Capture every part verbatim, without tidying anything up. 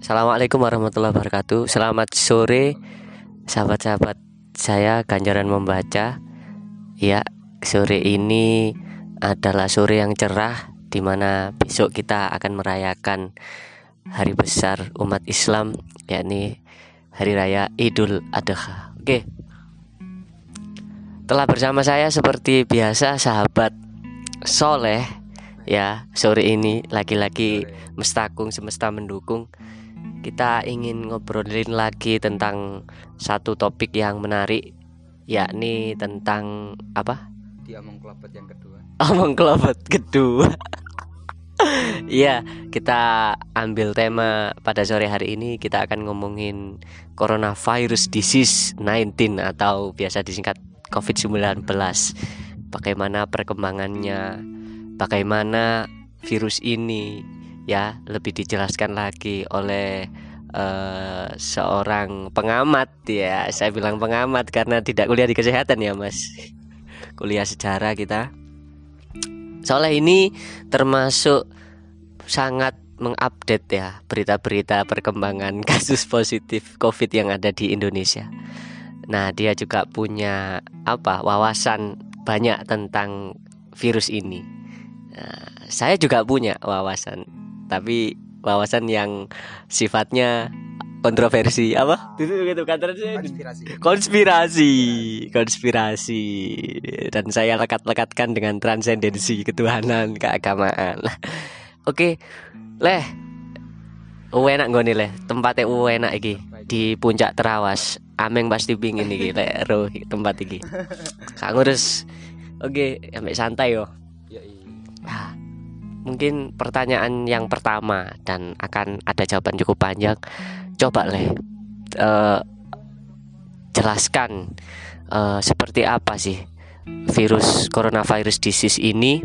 Assalamualaikum warahmatullahi wabarakatuh. Selamat sore, sahabat-sahabat saya Ganjaran Membaca. Ya, sore ini adalah sore yang cerah, di mana besok kita akan merayakan hari besar umat Islam, yakni Hari Raya Idul Adha. Oke, telah bersama saya seperti biasa sahabat Soleh. Ya, sore ini lagi-lagi Mestakung Semesta Mendukung. Kita ingin ngobrolin lagi tentang satu topik yang menarik, yakni tentang apa? Di Omong Kelopet yang kedua. Omong Kelopet kedua. Iya, kita ambil tema pada sore hari ini. Kita akan ngomongin coronavirus disease sembilan belas atau biasa disingkat covid sembilan belas. Bagaimana perkembangannya, bagaimana virus ini, ya, lebih dijelaskan lagi oleh uh, seorang pengamat. Ya, saya bilang pengamat karena tidak kuliah di kesehatan ya Mas, kuliah sejarah kita. Soalnya ini termasuk sangat mengupdate ya berita-berita perkembangan kasus positif COVID yang ada di Indonesia. Nah, dia juga punya apa wawasan banyak tentang virus ini. Nah, saya juga punya wawasan, tapi wawasan yang sifatnya kontroversi apa? Itu gitu Konspirasi. Konspirasi, konspirasi. Dan saya lekat-lekatkan dengan transendensi ketuhanan keagamaan. Oke, leh. Enak nggone leh, tempatnya enak iki di Puncak Terawas. Ameng pasti pingin iki lek roh tempat iki. Kak ngurus. Oke, ambek santai yo. Nah, mungkin pertanyaan yang pertama dan akan ada jawaban cukup panjang. Coba leh uh, jelaskan uh, seperti apa sih virus coronavirus disease ini,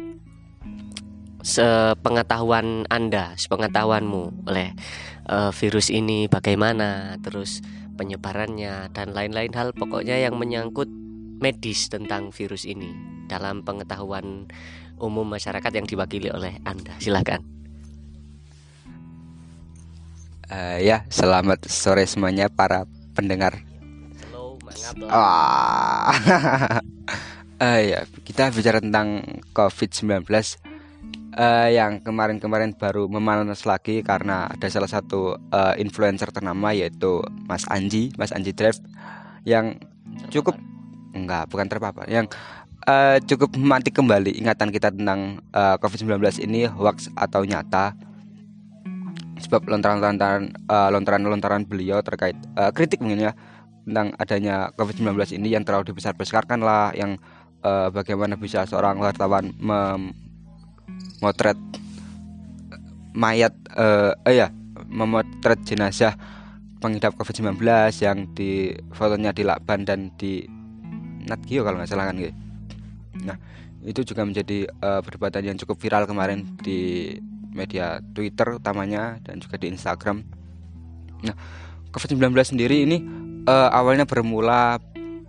sepengetahuan Anda, sepengetahuanmu oleh uh, virus ini bagaimana, terus penyebarannya dan lain-lain hal, pokoknya yang menyangkut medis tentang virus ini dalam pengetahuan umum masyarakat yang diwakili oleh Anda. Silakan. Uh, ya, selamat sore semuanya para pendengar. Slow, mangap. Ah, uh, ya, kita bicara tentang covid sembilan belas uh, yang kemarin-kemarin baru memanas lagi karena ada salah satu uh, influencer ternama yaitu Mas Anji, Mas Anji Drive yang cukup enggak, bukan terpapar, yang uh, cukup memantik kembali ingatan kita tentang uh, covid sembilan belas ini hoax atau nyata. Sebab lontaran-lontaran uh, lontaran-lontaran beliau terkait uh, kritik mungkin ya tentang adanya covid sembilan belas ini yang terlalu dibesar-besarkan lah, yang uh, bagaimana bisa seorang wartawan memotret mayat uh, eh ya memotret jenazah pengidap covid sembilan belas yang di fotonya di lakban dan di Nat Geo kalau nggak salah kan gitu. Nah, itu juga menjadi uh, perdebatan yang cukup viral kemarin di media Twitter utamanya dan juga di Instagram. Nah, covid sembilan belas sendiri ini uh, awalnya bermula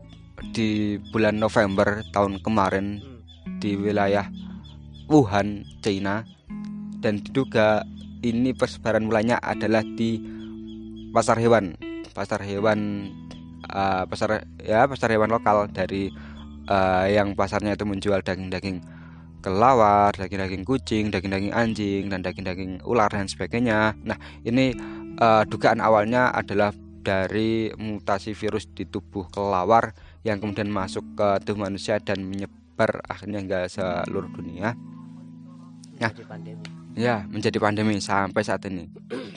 di bulan November tahun kemarin di wilayah Wuhan, China, dan diduga ini persebaran mulanya adalah di pasar hewan, pasar hewan uh, pasar ya pasar hewan lokal dari uh, yang pasarnya itu menjual daging-daging kelawar, daging-daging kucing, daging-daging anjing, dan daging-daging ular dan sebagainya. Nah, ini uh, dugaan awalnya adalah dari mutasi virus di tubuh kelawar yang kemudian masuk ke tubuh manusia dan menyebar akhirnya hingga seluruh dunia. Nah, ya, menjadi pandemi sampai saat ini.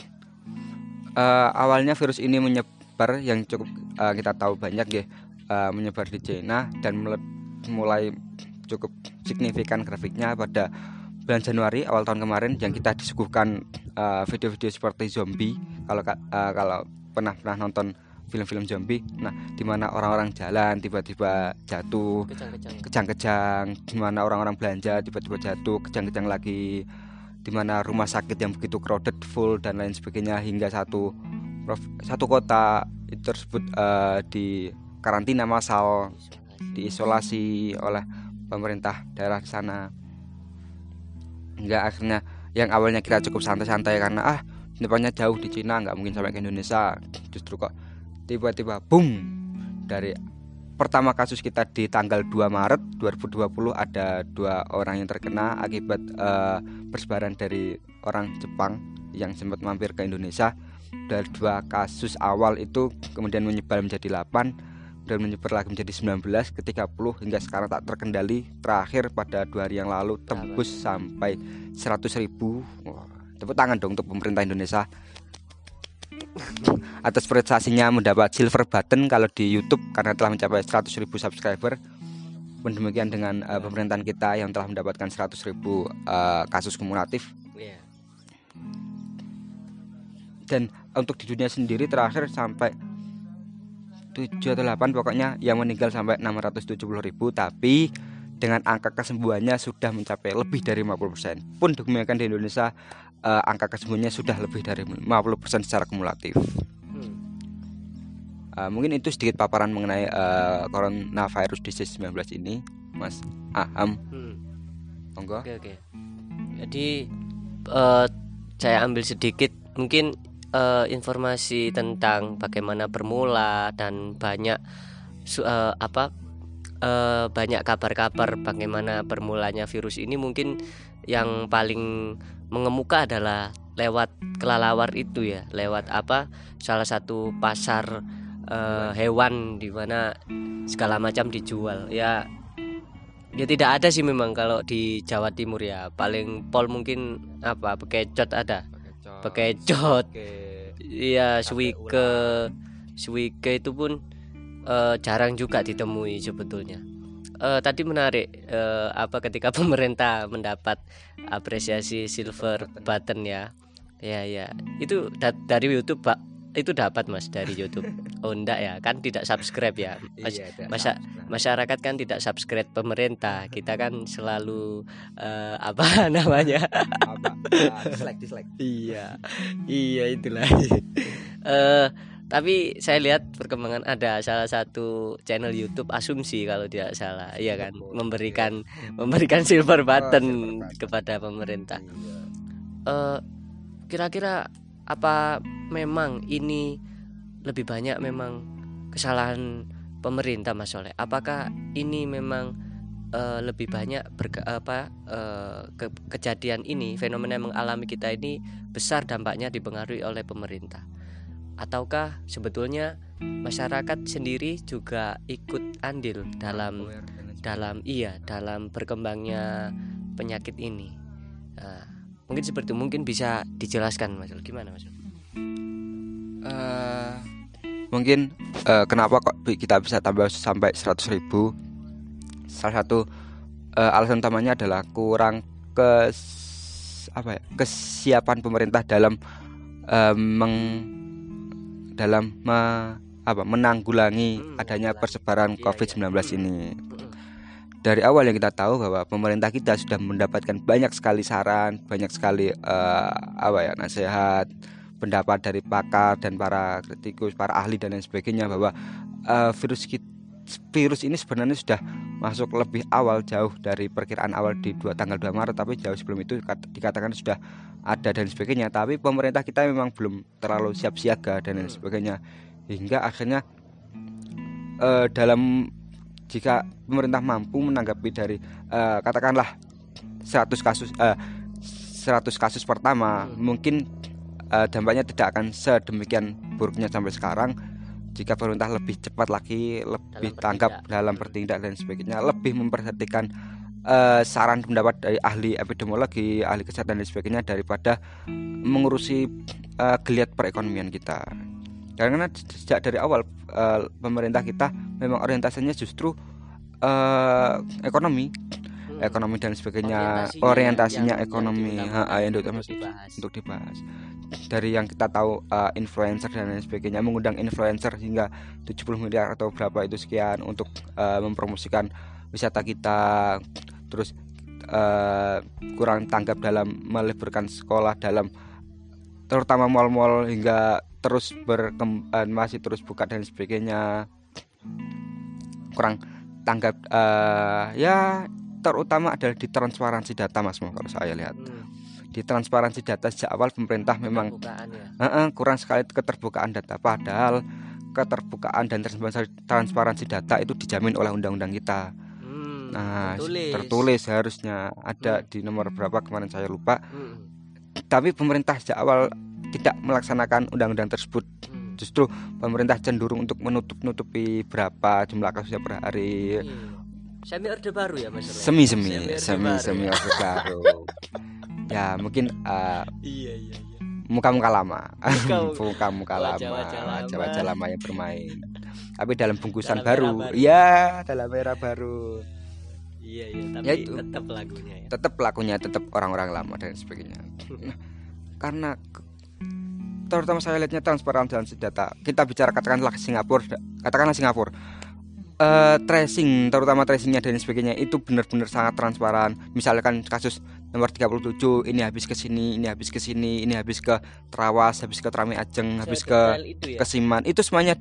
Uh, awalnya virus ini menyebar yang cukup uh, kita tahu banyak ya, uh, menyebar di China dan mulai cukup signifikan grafiknya pada bulan Januari awal tahun kemarin, yang kita disuguhkan uh, video-video seperti zombie kalau uh, kalau pernah pernah nonton film-film zombie. Nah, di mana orang-orang jalan tiba-tiba jatuh kejang-kejang, di mana orang-orang belanja tiba-tiba jatuh kejang-kejang lagi, di mana rumah sakit yang begitu crowded full dan lain sebagainya, hingga satu satu kota itu tersebut uh, di karantina massal, diisolasi oleh pemerintah daerah di sana. Hingga akhirnya yang awalnya kita cukup santai-santai karena ah depannya jauh di Cina, nggak mungkin sampai ke Indonesia. Justru kok tiba-tiba boom, dari pertama kasus kita di tanggal dua Maret dua ribu dua puluh ada dua orang yang terkena akibat uh, persebaran dari orang Jepang yang sempat mampir ke Indonesia. Dari dua kasus awal itu kemudian menyebar menjadi delapan dan menyebar lagi menjadi sembilan belas ke tiga puluh hingga sekarang tak terkendali. Terakhir pada dua hari yang lalu tembus sampai seratus ribu. Wah, tepuk tangan dong untuk pemerintah Indonesia atas prestasinya mendapat silver button kalau di YouTube karena telah mencapai seratus ribu subscriber. Pun demikian dengan uh, pemerintahan kita yang telah mendapatkan seratus ribu uh, kasus kumulatif. Dan untuk di dunia sendiri terakhir sampai tujuh atau delapan pokoknya yang meninggal sampai enam ratus tujuh puluh ribu, tapi dengan angka kesembuhannya sudah mencapai lebih dari lima puluh persen. Pun demikian di Indonesia uh, angka kesembuhannya sudah lebih dari lima puluh persen secara kumulatif. hmm. uh, Mungkin itu sedikit paparan mengenai uh, coronavirus disease sembilan belas ini, Mas Aham. hmm. Monggo. Oke oke. Jadi uh, saya ambil sedikit mungkin uh, informasi tentang bagaimana bermula dan banyak uh, apa uh, banyak kabar-kabar bagaimana bermulanya virus ini. Mungkin yang paling mengemuka adalah lewat kelelawar itu ya, lewat apa salah satu pasar uh, hewan di mana segala macam dijual ya. Ya tidak ada sih memang kalau di Jawa Timur ya. Paling pol mungkin apa bekecot ada. Bekecot. Iya, suwike. Suwike itu pun uh, jarang juga ditemui sebetulnya. Uh, tadi menarik uh, apa ketika pemerintah mendapat apresiasi silver button ya. Ya ya. Itu da- dari YouTube, Pak. Itu dapat Mas dari YouTube. Oh enggak ya, kan tidak subscribe ya. Mas, iya, masa masyarakat kan tidak subscribe pemerintah. Kita kan selalu uh, apa namanya? Apa? Uh, dislike, dislike. Iya. Iya itulah. uh, tapi saya lihat perkembangan ada salah satu channel YouTube Asumsi kalau tidak salah. Iya kan, memberikan memberikan silver button, oh, silver button kepada pemerintah. Uh, kira-kira apa memang ini lebih banyak memang kesalahan pemerintah Mas Soleh? Apakah ini memang uh, lebih banyak berga, apa uh, ke, kejadian ini, fenomena yang mengalami kita ini besar dampaknya dipengaruhi oleh pemerintah? Ataukah sebetulnya masyarakat sendiri juga ikut andil dalam dalam iya dalam berkembangnya penyakit ini? Uh, Mungkin seperti itu, mungkin bisa dijelaskan Mas. Gimana Mas? Uh, mungkin uh, kenapa kok kita bisa tambah sampai seratus ribu? Salah satu uh, alasan utamanya adalah kurang kes apa ya, kesiapan pemerintah dalam uh, meng dalam me, apa menanggulangi hmm, adanya persebaran iya, covid sembilan belas iya. ini. Dari awal yang kita tahu bahwa pemerintah kita sudah mendapatkan banyak sekali saran, banyak sekali uh, apa ya nasihat, pendapat dari pakar dan para kritikus, para ahli dan lain sebagainya bahwa uh, virus virus ini sebenarnya sudah masuk lebih awal, jauh dari perkiraan awal di dua, tanggal dua Maret, tapi jauh sebelum itu dikatakan sudah ada dan sebagainya. Tapi pemerintah kita memang belum terlalu siap siaga dan lain sebagainya, hingga akhirnya uh, dalam jika pemerintah mampu menanggapi dari uh, katakanlah seratus kasus uh, seratus kasus pertama, hmm. mungkin uh, dampaknya tidak akan sedemikian buruknya sampai sekarang. Jika pemerintah lebih cepat lagi, lebih dalam tanggap bertindak. dalam bertindak dan sebagainya, lebih memperhatikan uh, saran pendapat dari ahli epidemiologi, ahli kesehatan dan sebagainya, daripada mengurusi uh, geliat perekonomian kita. Karena sejak dari awal uh, pemerintah kita memang orientasinya justru uh, ekonomi, hmm. ekonomi dan sebagainya, orientasinya, orientasinya yang, ekonomi, yang, ha, yang untuk, untuk dibahas. Untuk dibahas. Dari yang kita tahu uh, influencer dan lain sebagainya, mengundang influencer hingga tujuh puluh miliar atau berapa itu sekian untuk uh, mempromosikan wisata kita, terus uh, kurang tanggap dalam meliburkan sekolah, dalam terutama mal-mal, hingga terus berkembang, masih terus buka dan sebagainya, kurang tanggap uh, ya terutama adalah di transparansi data Mas Mo, kalau saya lihat. hmm. di transparansi data sejak awal pemerintah memang ya. uh, uh, kurang sekali keterbukaan data, padahal keterbukaan dan transparansi data itu dijamin oleh undang-undang kita. Hmm, nah tertulis. tertulis harusnya ada hmm. di nomor berapa kemarin saya lupa. Hmm. Tapi pemerintah sejak awal tidak melaksanakan undang-undang tersebut. Hmm. Justru pemerintah cenderung untuk menutup-nutupi berapa jumlah kasusnya per hari. Hmm. Semi orde baru ya Mas? Semi-semi, semi-semi orde baru. Ya mungkin uh, iya iya iya. Muka-muka lama, muka-muka lama, wajah-wajah lama yang bermain. Tapi dalam bungkusan dalam baru. Iya, dalam era baru. Iya iya, tapi ya itu, tetap lagunya ya. Tetap lagunya, tetap orang-orang lama dan sebagainya. Nah, karena terutama saya lihatnya transparansi data. Kita bicara katakanlah Singapura, katakanlah Singapura. Uh, tracing, terutama tracingnya dan sebagainya itu benar-benar sangat transparan. Misalkan kasus nomor tiga puluh tujuh ini habis ke sini, ini habis ke sini, ini habis ke Trawas, habis ke Trami Ajeng, habis ke ya? Kesiman. Itu semuanya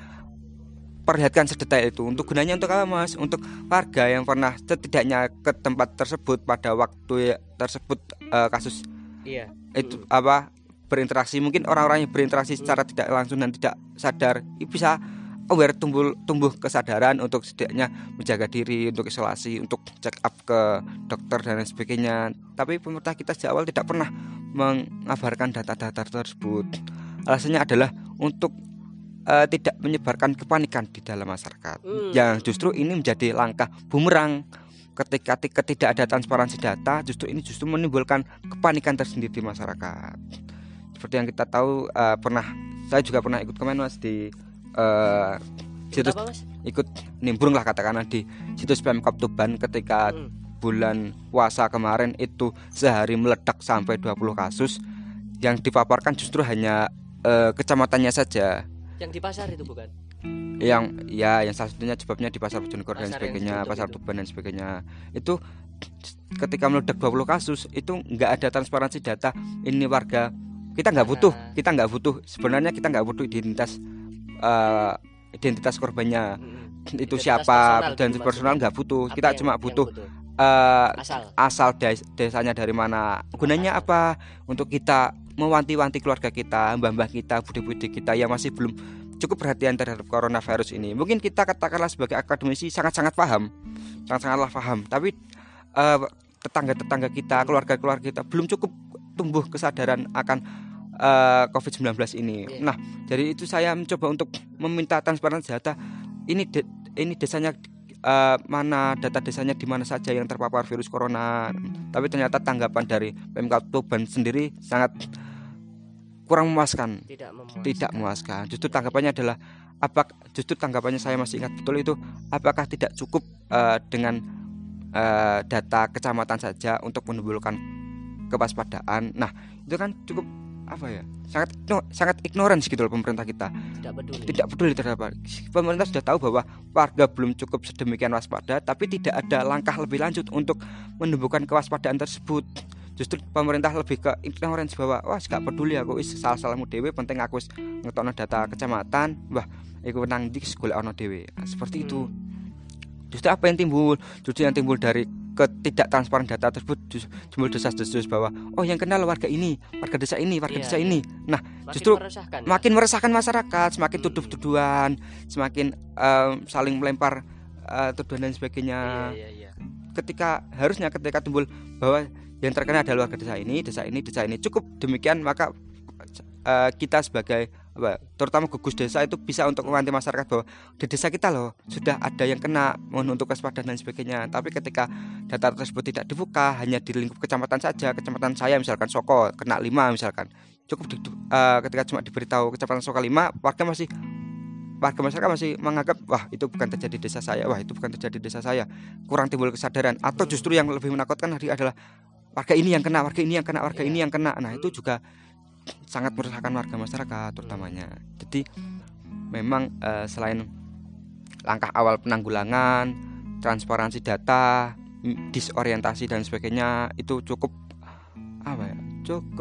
diperlihatkan sedetail itu. Untuk gunanya untuk apa, Mas? Untuk warga yang pernah setidaknya ke tempat tersebut pada waktu tersebut uh, kasus iya. itu hmm. apa berinteraksi, mungkin orang-orang yang berinteraksi hmm. secara tidak langsung dan tidak sadar bisa aware, tumbuh tumbuh kesadaran untuk setidaknya menjaga diri, untuk isolasi, untuk check up ke dokter dan lain sebagainya. Tapi pemerintah kita sejak awal tidak pernah mengabarkan data-data tersebut. Alasannya adalah untuk uh, tidak menyebarkan kepanikan di dalam masyarakat. Hmm. Yang justru ini menjadi langkah bumerang. Ketika tidak ada transparansi data, justru ini justru menimbulkan kepanikan tersendiri di masyarakat. Seperti yang kita tahu, uh, pernah saya juga pernah ikut kemarin Mas di Uh, situs apa, ikut nimbrung lah katakanlah di situs Pemkab Tuban ketika hmm. bulan puasa kemarin itu sehari meledak sampai dua puluh kasus. Yang dipaparkan justru hanya uh, kecamatannya saja. Yang di pasar itu bukan? Yang ya yang salah satunya sebabnya di pasar Bojonegoro dan sebagainya, pasar itu. Tuban dan sebagainya. Itu ketika meledak dua puluh kasus itu nggak ada transparansi data. Ini warga kita nggak butuh, kita nggak butuh sebenarnya kita nggak butuh identitas Uh, identitas korbannya hmm. itu identitas siapa dan personal nggak butuh. Apa kita yang, cuma butuh, butuh? Uh, asal asal des, desanya dari mana, gunanya asal. Apa untuk kita mewanti-wanti keluarga kita, mbah-mbah kita, budi-budi kita yang masih belum cukup perhatian terhadap coronavirus ini. Mungkin kita katakanlah sebagai akademisi sangat-sangat paham, sangat-sangatlah paham, tapi uh, tetangga-tetangga kita, keluarga-keluarga kita belum cukup tumbuh kesadaran akan Uh, covid sembilan belas ini. Yeah. Nah, jadi itu saya mencoba untuk meminta transparansi data. Ini de- ini desanya uh, mana, data desanya di mana saja yang terpapar virus corona. Tapi ternyata tanggapan dari Pemkab Tuban sendiri sangat kurang memuaskan. Tidak memuaskan. Tidak memuaskan. Justru tanggapannya adalah apa? Justru tanggapannya saya masih ingat betul itu, apakah tidak cukup uh, dengan uh, data kecamatan saja untuk menimbulkan kewaspadaan. Nah, itu kan cukup apa ya, sangat no, sangat ignorance gitu loh pemerintah kita. Tidak peduli. Tidak peduli terhadap pemerintah sudah tahu bahwa warga belum cukup sedemikian waspada, tapi tidak ada langkah lebih lanjut untuk menumbuhkan kewaspadaan tersebut. Justru pemerintah lebih ke ignorance bahwa wah gak peduli aku is salah-salahmu dewe, penting aku wis ngetokno data kecamatan, wah iku nang ndi golek ono dewe. Nah, seperti hmm. itu. Justru apa yang timbul? Justru yang timbul dari ketidaktransparan data tersebut timbul desas-desus bahwa oh yang kenal warga ini, warga desa ini, warga yeah, desa yeah. ini. Nah, makin justru meresahkan, makin ya? meresahkan masyarakat, semakin hmm. tuduh-tuduhan, semakin um, saling melempar uh, tuduhan dan sebagainya. Yeah, yeah, yeah. Ketika harusnya ketika timbul bahwa yang terkena adalah warga desa ini, desa ini, desa ini, cukup demikian maka uh, kita sebagai apa, terutama gugus desa itu bisa untuk mewanti masyarakat bahwa di desa kita loh sudah ada yang kena, mohon untuk waspada dan sebagainya. Tapi ketika data tersebut tidak dibuka, hanya di lingkup kecamatan saja, kecamatan saya misalkan Soko kena lima misalkan, cukup di, uh, ketika cuma diberitahu kecamatan Soko lima, warga masih warga masyarakat masih menganggap wah itu bukan terjadi di desa saya, wah itu bukan terjadi di desa saya, kurang timbul kesadaran. Atau justru yang lebih menakutkan adalah warga ini yang kena, warga ini yang kena, warga ini yang kena. Nah itu juga sangat meresahkan warga masyarakat terutamanya. Jadi memang uh, selain langkah awal penanggulangan, transparansi data, disorientasi dan sebagainya itu cukup apa ya? Cukup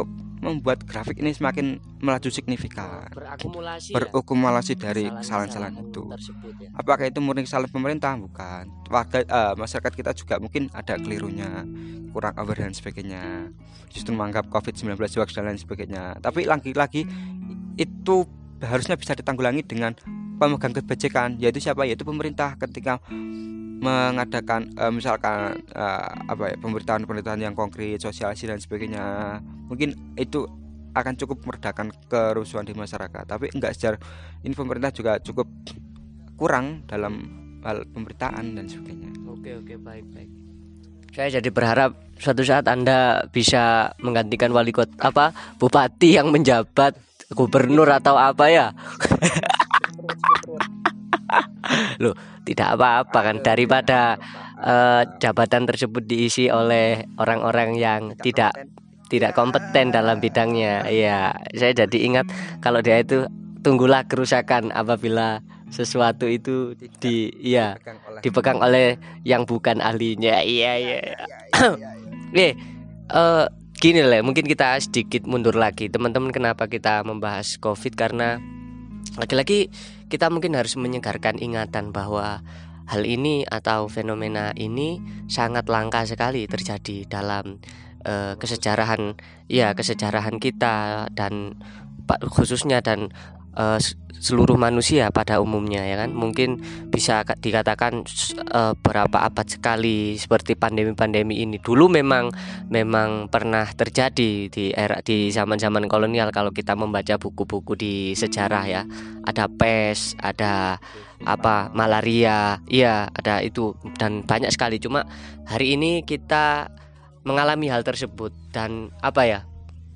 membuat grafik ini semakin melaju signifikan, berakumulasi, berakumulasi ya? dari kesalahan-kesalahan itu. Ya. Apakah itu murni kesalahan pemerintah? Bukan. Warga uh, masyarakat kita juga mungkin ada kelirunya, kurang aware dan sebagainya, justru menganggap covid sembilan belas hoax dan lain sebagainya. Tapi lagi-lagi itu harusnya bisa ditanggulangi dengan pemegang kebijakan, yaitu siapa? Yaitu pemerintah. Ketika mengadakan uh, misalkan uh, apa ya, pemberitaan-pemberitaan yang konkret, sosialisasi dan sebagainya, mungkin itu akan cukup meredakan kerusuhan di masyarakat. Tapi enggak, secara ini pemerintah juga cukup kurang dalam hal pemberitaan dan sebagainya. Oke oke baik baik. Saya jadi berharap suatu saat Anda bisa menggantikan wali kota, apa bupati yang menjabat, gubernur atau apa ya. Loh, tidak apa-apa kan, daripada uh, jabatan tersebut diisi oleh orang-orang yang tidak tidak kompeten dalam bidangnya. Iya, saya jadi ingat kalau dia itu tunggulah kerusakan apabila sesuatu itu di ya dipegang oleh yang bukan ahlinya. Iya iya. Nih, uh, gini lah, mungkin kita sedikit mundur lagi, teman-teman. Kenapa kita membahas COVID? Karena lagi-lagi kita mungkin harus menyegarkan ingatan bahwa hal ini atau fenomena ini sangat langka sekali terjadi dalam uh, kesejarahan ya kesejarahan kita, dan khususnya dan uh, seluruh manusia pada umumnya, ya kan. Mungkin bisa dikatakan uh, berapa abad sekali seperti pandemi-pandemi ini. Dulu memang memang pernah terjadi di era di zaman-zaman kolonial. Kalau kita membaca buku-buku di sejarah ya, ada pes, ada apa malaria, iya ada itu, dan banyak sekali. Cuma hari ini kita mengalami hal tersebut, dan apa ya,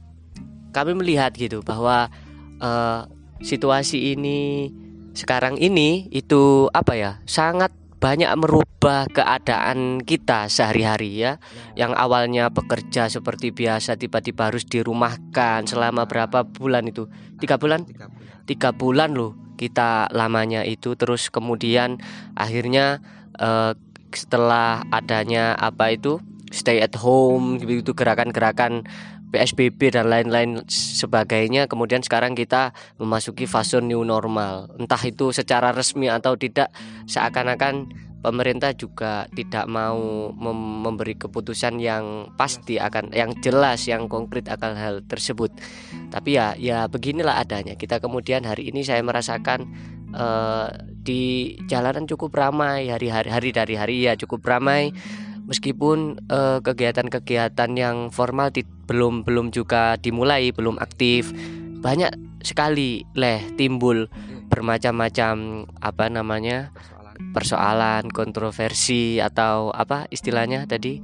kami melihat gitu bahwa uh, situasi ini sekarang ini itu apa ya, sangat banyak merubah keadaan kita sehari-hari ya. Yang awalnya bekerja seperti biasa tiba-tiba harus dirumahkan selama berapa bulan itu? Tiga bulan? Tiga bulan loh kita lamanya itu. Terus kemudian akhirnya eh, setelah adanya apa itu stay at home, itu gerakan-gerakan P S B B dan lain-lain sebagainya, kemudian sekarang kita memasuki fase new normal. Entah itu secara resmi atau tidak, seakan-akan pemerintah juga tidak mau mem- memberi keputusan yang pasti akan, yang jelas, yang konkret akan hal tersebut. Tapi ya ya beginilah adanya. Kita kemudian hari ini saya merasakan uh, di jalanan cukup ramai, hari-hari hari dari hari ya cukup ramai. Meskipun uh, kegiatan-kegiatan yang formal di, belum belum juga dimulai, belum aktif, banyak sekali leh timbul bermacam-macam apa namanya persoalan, kontroversi atau apa istilahnya tadi,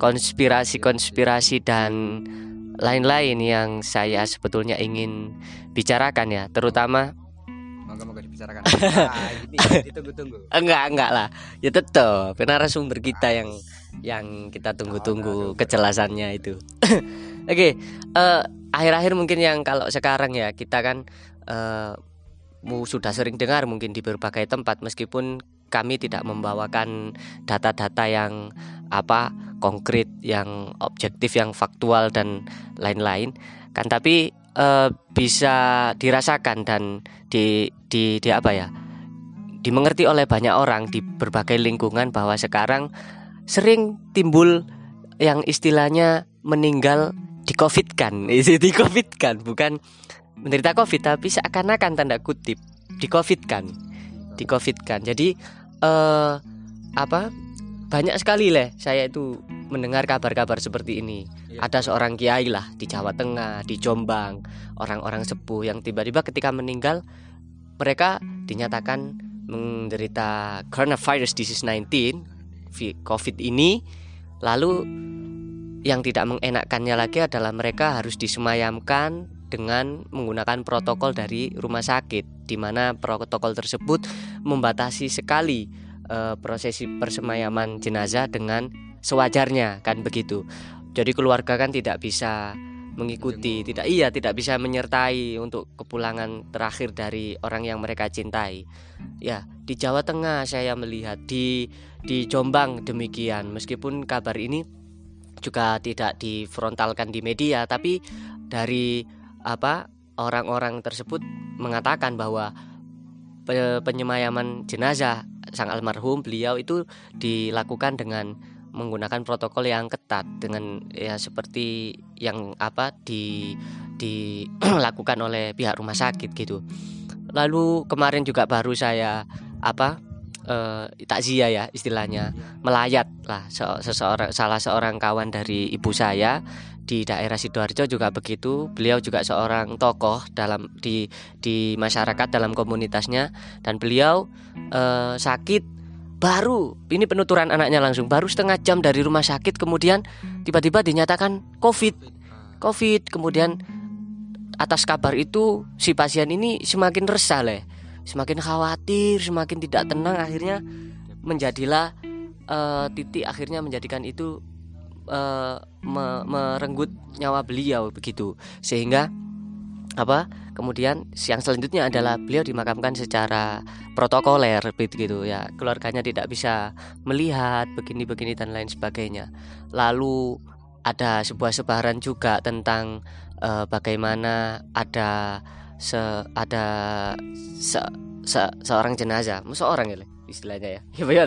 konspirasi-konspirasi dan lain-lain yang saya sebetulnya ingin bicarakan ya, terutama Moga-moga dibicarakan. Nah, ini ditunggu-tunggu. Enggak, enggak lah. Ya tetap narasumber kita yang yang kita tunggu-tunggu kejelasannya itu. Oke, okay, uh, akhir-akhir mungkin yang kalau sekarang ya kita kan uh, sudah sering dengar mungkin di berbagai tempat, meskipun kami tidak membawakan data-data yang apa konkret, yang objektif, yang faktual dan lain-lain kan, tapi uh, bisa dirasakan dan di di, di apa ya dimengerti oleh banyak orang di berbagai lingkungan bahwa sekarang sering timbul yang istilahnya meninggal di COVID kan, di COVID kan, bukan menderita COVID tapi seakan-akan tanda kutip di COVID kan, di COVID kan. Jadi eh, apa banyak sekali lah saya itu mendengar kabar-kabar seperti ini. Ada seorang kiai lah di Jawa Tengah, di Jombang, orang-orang sepuh yang tiba-tiba ketika meninggal mereka dinyatakan menderita coronavirus disease sembilan belas COVID ini. Lalu yang tidak mengenakkannya lagi adalah mereka harus disemayamkan dengan menggunakan protokol dari rumah sakit, di mana protokol tersebut membatasi sekali e, prosesi persemayaman jenazah dengan sewajarnya kan begitu. Jadi keluarga kan tidak bisa mengikuti, tidak iya tidak bisa menyertai untuk kepulangan terakhir dari orang yang mereka cintai. Ya, di Jawa Tengah saya melihat, di di Jombang demikian. Meskipun kabar ini juga tidak difrontalkan di media, tapi dari apa orang-orang tersebut mengatakan bahwa pe- penyemayaman jenazah sang almarhum beliau itu dilakukan dengan menggunakan protokol yang ketat, dengan ya seperti yang apa di dilakukan oleh pihak rumah sakit gitu. Lalu kemarin juga baru saya apa eh, takziah ya istilahnya, melayat lah se- seseorang salah seorang kawan dari ibu saya di daerah Sidoarjo juga begitu. Beliau juga seorang tokoh dalam di di masyarakat, dalam komunitasnya, dan beliau eh, sakit baru ini penuturan anaknya langsung baru setengah jam dari rumah sakit, kemudian tiba-tiba dinyatakan COVID COVID kemudian atas kabar itu si pasien ini semakin resah leh, semakin khawatir, semakin tidak tenang, akhirnya menjadilah uh, titik akhirnya menjadikan itu uh, me- merenggut nyawa beliau begitu, sehingga apa kemudian yang selanjutnya adalah beliau dimakamkan secara protokoler begitu ya, keluarganya tidak bisa melihat begini-begini dan lain sebagainya. Lalu ada sebuah sebaran juga tentang uh, bagaimana ada se ada se, se, seorang jenazah, seorang ya istilahnya ya, ya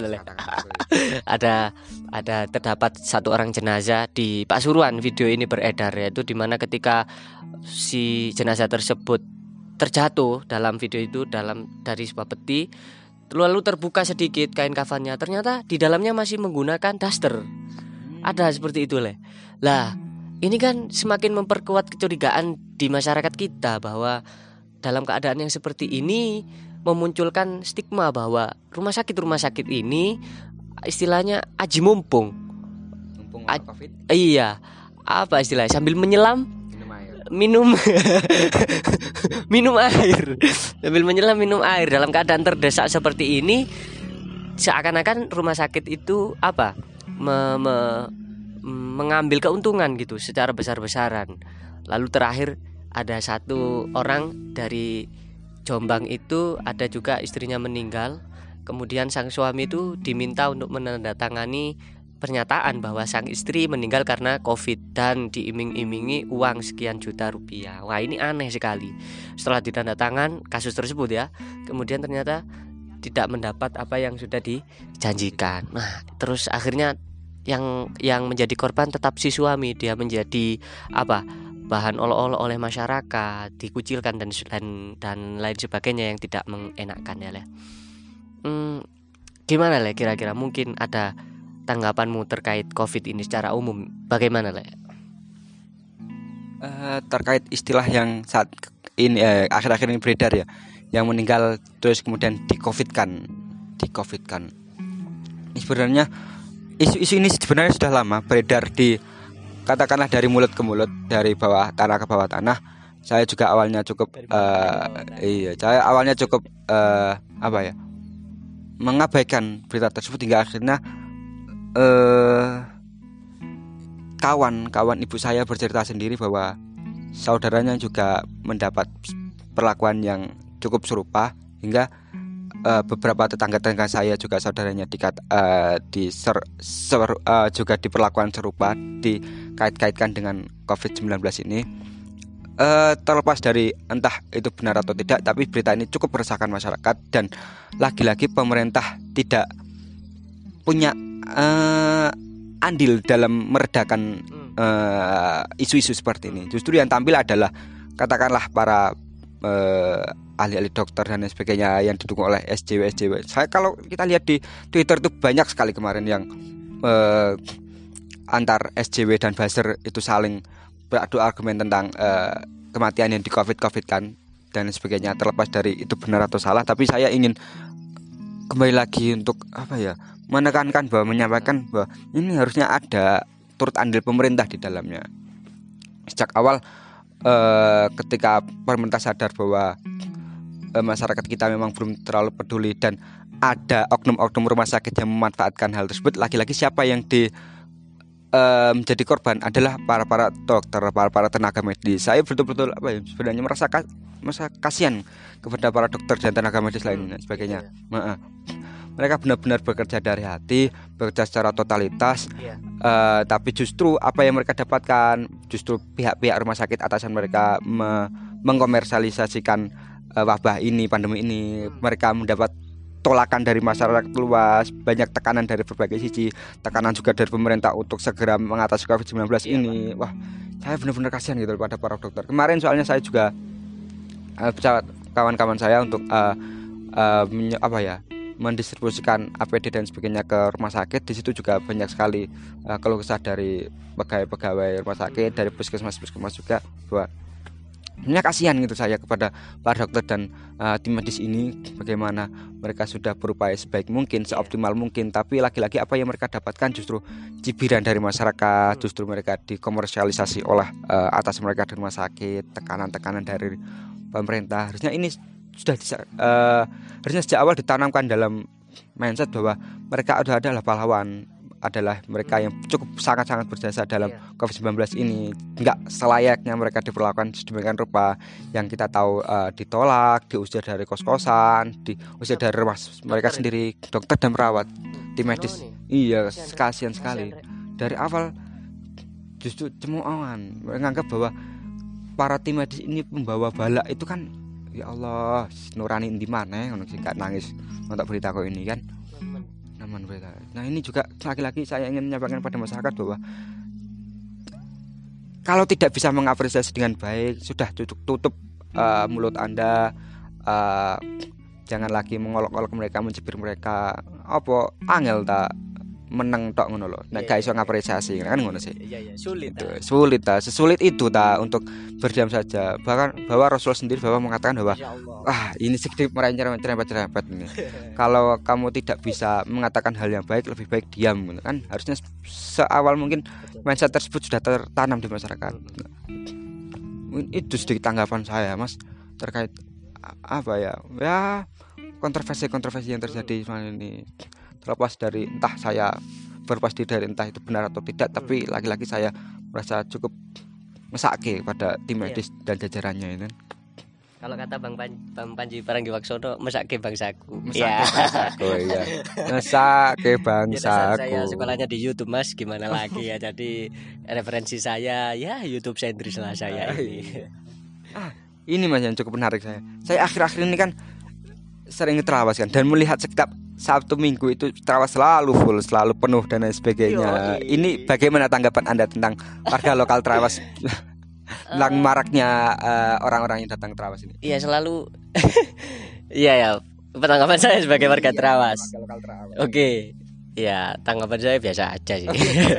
ada ada terdapat satu orang jenazah di Pasuruan. Video ini beredar yaitu di mana ketika si jenazah tersebut terjatuh dalam video itu dalam dari sebuah peti, lalu terbuka sedikit kain kafannya, ternyata di dalamnya masih menggunakan daster. Ada seperti itu leh. Lah, ini kan semakin memperkuat kecurigaan di masyarakat kita bahwa dalam keadaan yang seperti ini memunculkan stigma bahwa rumah sakit-rumah sakit ini istilahnya aji mumpung. Mumpung A- COVID. Iya, apa istilahnya, sambil menyelam minum minum air sambil menyelam minum air dalam keadaan terdesak seperti ini, seakan-akan rumah sakit itu apa me, me, mengambil keuntungan gitu secara besar-besaran. Lalu terakhir ada satu orang dari Jombang itu, ada juga istrinya meninggal, kemudian sang suami itu diminta untuk menandatangani pernyataan bahwa sang istri meninggal karena COVID dan diiming-imingi uang sekian juta rupiah. Wah, ini aneh sekali. Setelah ditandatangan kasus tersebut ya, kemudian ternyata tidak mendapat apa yang sudah dijanjikan. Nah, terus akhirnya yang yang menjadi korban tetap si suami. Dia menjadi apa? Bahan olok-olok oleh masyarakat, dikucilkan dan dan dan lain sebagainya yang tidak mengenakkan ya, Le. Hmm, gimana, Le? Kira-kira mungkin ada tanggapanmu terkait COVID ini secara umum, bagaimana, Le? Uh, terkait istilah yang saat ini eh, akhir-akhir ini beredar ya, yang meninggal terus kemudian di-COVID-kan, di-COVID-kan. Ini sebenarnya isu-isu ini sebenarnya sudah lama beredar di, katakanlah dari mulut ke mulut, dari bawah tanah ke bawah tanah. Saya juga awalnya cukup uh, iya, saya awalnya cukup uh, apa ya, mengabaikan berita tersebut hingga akhirnya Uh, kawan-kawan ibu saya bercerita sendiri bahwa saudaranya juga mendapat perlakuan yang cukup serupa, hingga uh, beberapa tetangga-tetangga saya juga saudaranya dikat, uh, di ser, ser, uh, juga diperlakukan serupa, dikait-kaitkan dengan covid sembilan belas ini. Uh, terlepas dari entah itu benar atau tidak, tapi berita ini cukup meresahkan masyarakat, dan lagi-lagi pemerintah tidak punya Uh, andil dalam meredakan uh, isu-isu seperti ini. Justru yang tampil adalah katakanlah para uh, ahli-ahli dokter dan lain sebagainya yang didukung oleh S J W S J W. Saya kalau kita lihat di Twitter itu banyak sekali kemarin yang uh, antar S J W dan buzzer itu saling beradu argumen tentang uh, kematian yang di covid-covid kan dan sebagainya. Terlepas dari itu benar atau salah, tapi saya ingin kembali lagi untuk apa ya, menekankan bahwa menyampaikan bahwa ini harusnya ada turut andil pemerintah di dalamnya. Sejak awal eh, ketika pemerintah sadar bahwa eh, masyarakat kita memang belum terlalu peduli dan ada oknum-oknum rumah sakit yang memanfaatkan hal tersebut, lagi-lagi siapa yang di eh, menjadi korban adalah para para dokter, para para tenaga medis. Saya betul-betul apa ya, sebenarnya merasa kas, merasa kasihan kepada para dokter dan tenaga medis lainnya dan sebagainya. Nah, mereka benar-benar bekerja dari hati, bekerja secara totalitas. Iya. Uh, tapi justru apa yang mereka dapatkan, justru pihak-pihak rumah sakit atasan mereka me- mengkomersialisasikan uh, wabah ini, pandemi ini. Mereka mendapat tolakan dari masyarakat luas, banyak tekanan dari berbagai sisi, tekanan juga dari pemerintah untuk segera mengatasi covid sembilan belas ini. Wah, saya benar-benar kasihan gitu kepada para dokter. Kemarin soalnya saya juga uh, kawan-kawan saya untuk uh, uh, menye- apa ya mendistribusikan A P D dan sebagainya ke rumah sakit. Di situ juga banyak sekali uh, keluh kesah dari pegawai-pegawai rumah sakit, dari puskesmas-puskesmas juga, bahwa sebenarnya kasihan gitu saya kepada para dokter dan uh, tim medis ini, bagaimana mereka sudah berupaya sebaik mungkin, seoptimal mungkin, tapi lagi-lagi apa yang mereka dapatkan justru cibiran dari masyarakat, justru mereka dikomersialisasi oleh uh, atas mereka di rumah sakit, tekanan-tekanan dari pemerintah. Harusnya ini sudah uh, harusnya sejak awal ditanamkan dalam mindset bahwa mereka adalah, adalah pahlawan, adalah mereka yang cukup sangat-sangat berjasa dalam yeah. covid sembilan belas ini. Enggak selayaknya mereka diperlakukan sedemikian rupa, yang kita tahu uh, ditolak, diusir dari kos-kosan, diusir dari rumah mereka dokter, sendiri, dokter dan perawat, tim medis. Iya, kasihan sekali. Dari awal justru cemoohan, menganggap bahwa para tim medis ini pembawa bala. Itu kan, ya Allah, nurani di mana ngono sih, gak nangis untuk berita kok ini kan. Berita. Nah, ini juga lagi-lagi saya ingin menyampaikan pada masyarakat bahwa kalau tidak bisa mengapresiasi dengan baik, sudah tutup, tutup uh, mulut Anda, uh, jangan lagi mengolok-olok mereka, mencibir mereka. Apa angel tak menang tok ngono lho. Nek gak iso ngapresiasi kan ngono sih. Iya iya, sulit. Itu, sulit ta, sesulit itu ta untuk berdiam saja. Bahkan bahwa Rasulullah sendiri bahwa mengatakan bahwa wah, ini sedikit merempet-rempet ini. Kalau kamu tidak bisa mengatakan hal yang baik, lebih baik diam gitu kan. Harusnya seawal mungkin mindset tersebut sudah tertanam di masyarakat. Mungkin itu sedikit tanggapan saya, Mas, terkait apa ya? Ya, kontroversi-kontroversi yang terjadi selama ini. Terlepas dari entah saya berpasti dari entah itu benar atau tidak, tapi lagi-lagi saya merasa cukup mesake pada tim medis yeah. dan jajarannya itu. Kalau kata Bang Pan, Bang Panji Paranggiwaksono, mesake bangsaku. Mesake ya. bangsaku ya. Mesake bangsaku. Ya, saya sekolahnya di YouTube, Mas, gimana lagi ya. Jadi referensi saya ya YouTube sentris lah saya ini. Ah, ini Mas yang cukup menarik saya. Saya akhir-akhir ini kan sering terawas kan, dan melihat setiap Sabtu Minggu itu terawas selalu full, selalu penuh dan lain sebagainya. Yo, ini bagaimana tanggapan Anda tentang warga lokal Trawas? Tentang uh, maraknya uh, orang-orang yang datang Trawas ini? Iya, selalu. Iya ya, tanggapan saya sebagai warga iya, Trawas. Oke, okay. Ya tanggapan saya biasa aja sih.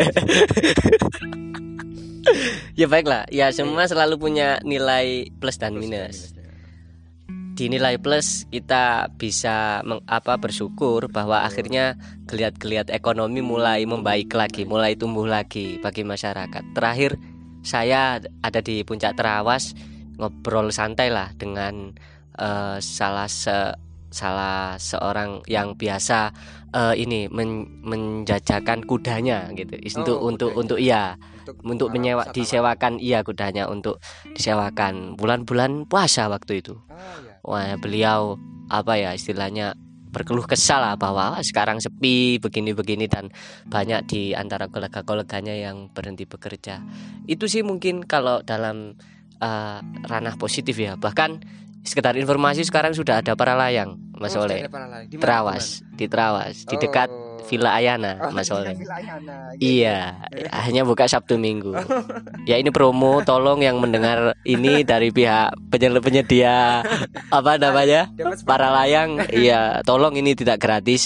Ya baiklah, ya semua selalu punya nilai plus dan minus. Di nilai plus kita bisa meng, apa bersyukur bahwa akhirnya geliat-geliat ekonomi mulai membaik lagi, mulai tumbuh lagi bagi masyarakat. Terakhir saya ada di Puncak Trawas, ngobrol santai lah dengan uh, salah se, salah seorang yang biasa uh, ini men, menjajakan kudanya gitu. Untuk oh, untuk untuk iya untuk, untuk menyewa disewakan iya kudanya untuk disewakan bulan-bulan puasa waktu itu. Oh, iya. Wah, beliau apa ya istilahnya berkeluh kesah lah bahwa sekarang sepi begini-begini dan banyak di antara kolega-koleganya yang berhenti bekerja. Itu sih mungkin kalau dalam uh, ranah positif ya. Bahkan sekedar informasi sekarang sudah ada para layang, Mas oh, Oleh. Trawas, di Trawas, di dekat oh. Villa Ayana, Mas oh, Oleh. Iya, hanya buka Sabtu Minggu. Ya ini promo, tolong yang mendengar ini dari pihak penyedia apa namanya? Para layang, iya, tolong ini tidak gratis.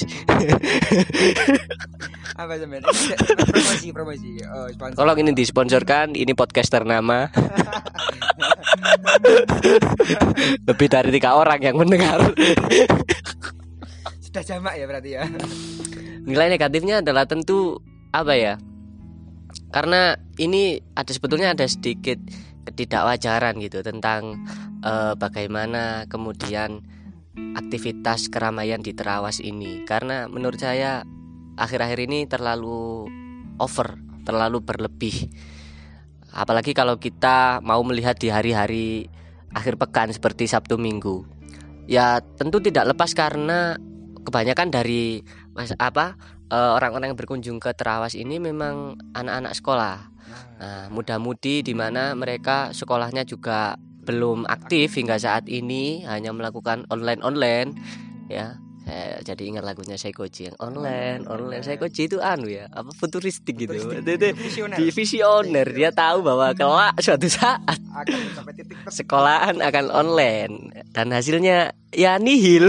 Apa sebenarnya? Promosi, promosi. Oh, tolong ini disponsorkan, ini podcast ternama. Lebih dari tiga orang yang mendengar. Sudah jamak ya berarti ya. Nilai negatifnya adalah tentu apa ya? Karena ini ada sebetulnya ada sedikit ketidakwajaran gitu tentang uh, bagaimana kemudian aktivitas keramaian di Trawas ini. Karena menurut saya akhir-akhir ini terlalu over, terlalu berlebih. Apalagi kalau kita mau melihat di hari-hari akhir pekan seperti Sabtu Minggu. Ya tentu tidak lepas karena kebanyakan dari mas apa eh, orang-orang yang berkunjung ke Terawas ini memang anak-anak sekolah. Nah, muda-mudi di mana mereka sekolahnya juga belum aktif hingga saat ini, hanya melakukan online-online ya. Saya jadi ingat lagunya Seikoji yang online, online. Seikoji itu anu ya, apa futuristik gitu. Itu, itu Visioner. di visioner, dia tahu bahwa kelak suatu saat Akan sampai titik ter- sekolahan akan online dan hasilnya ya nihil.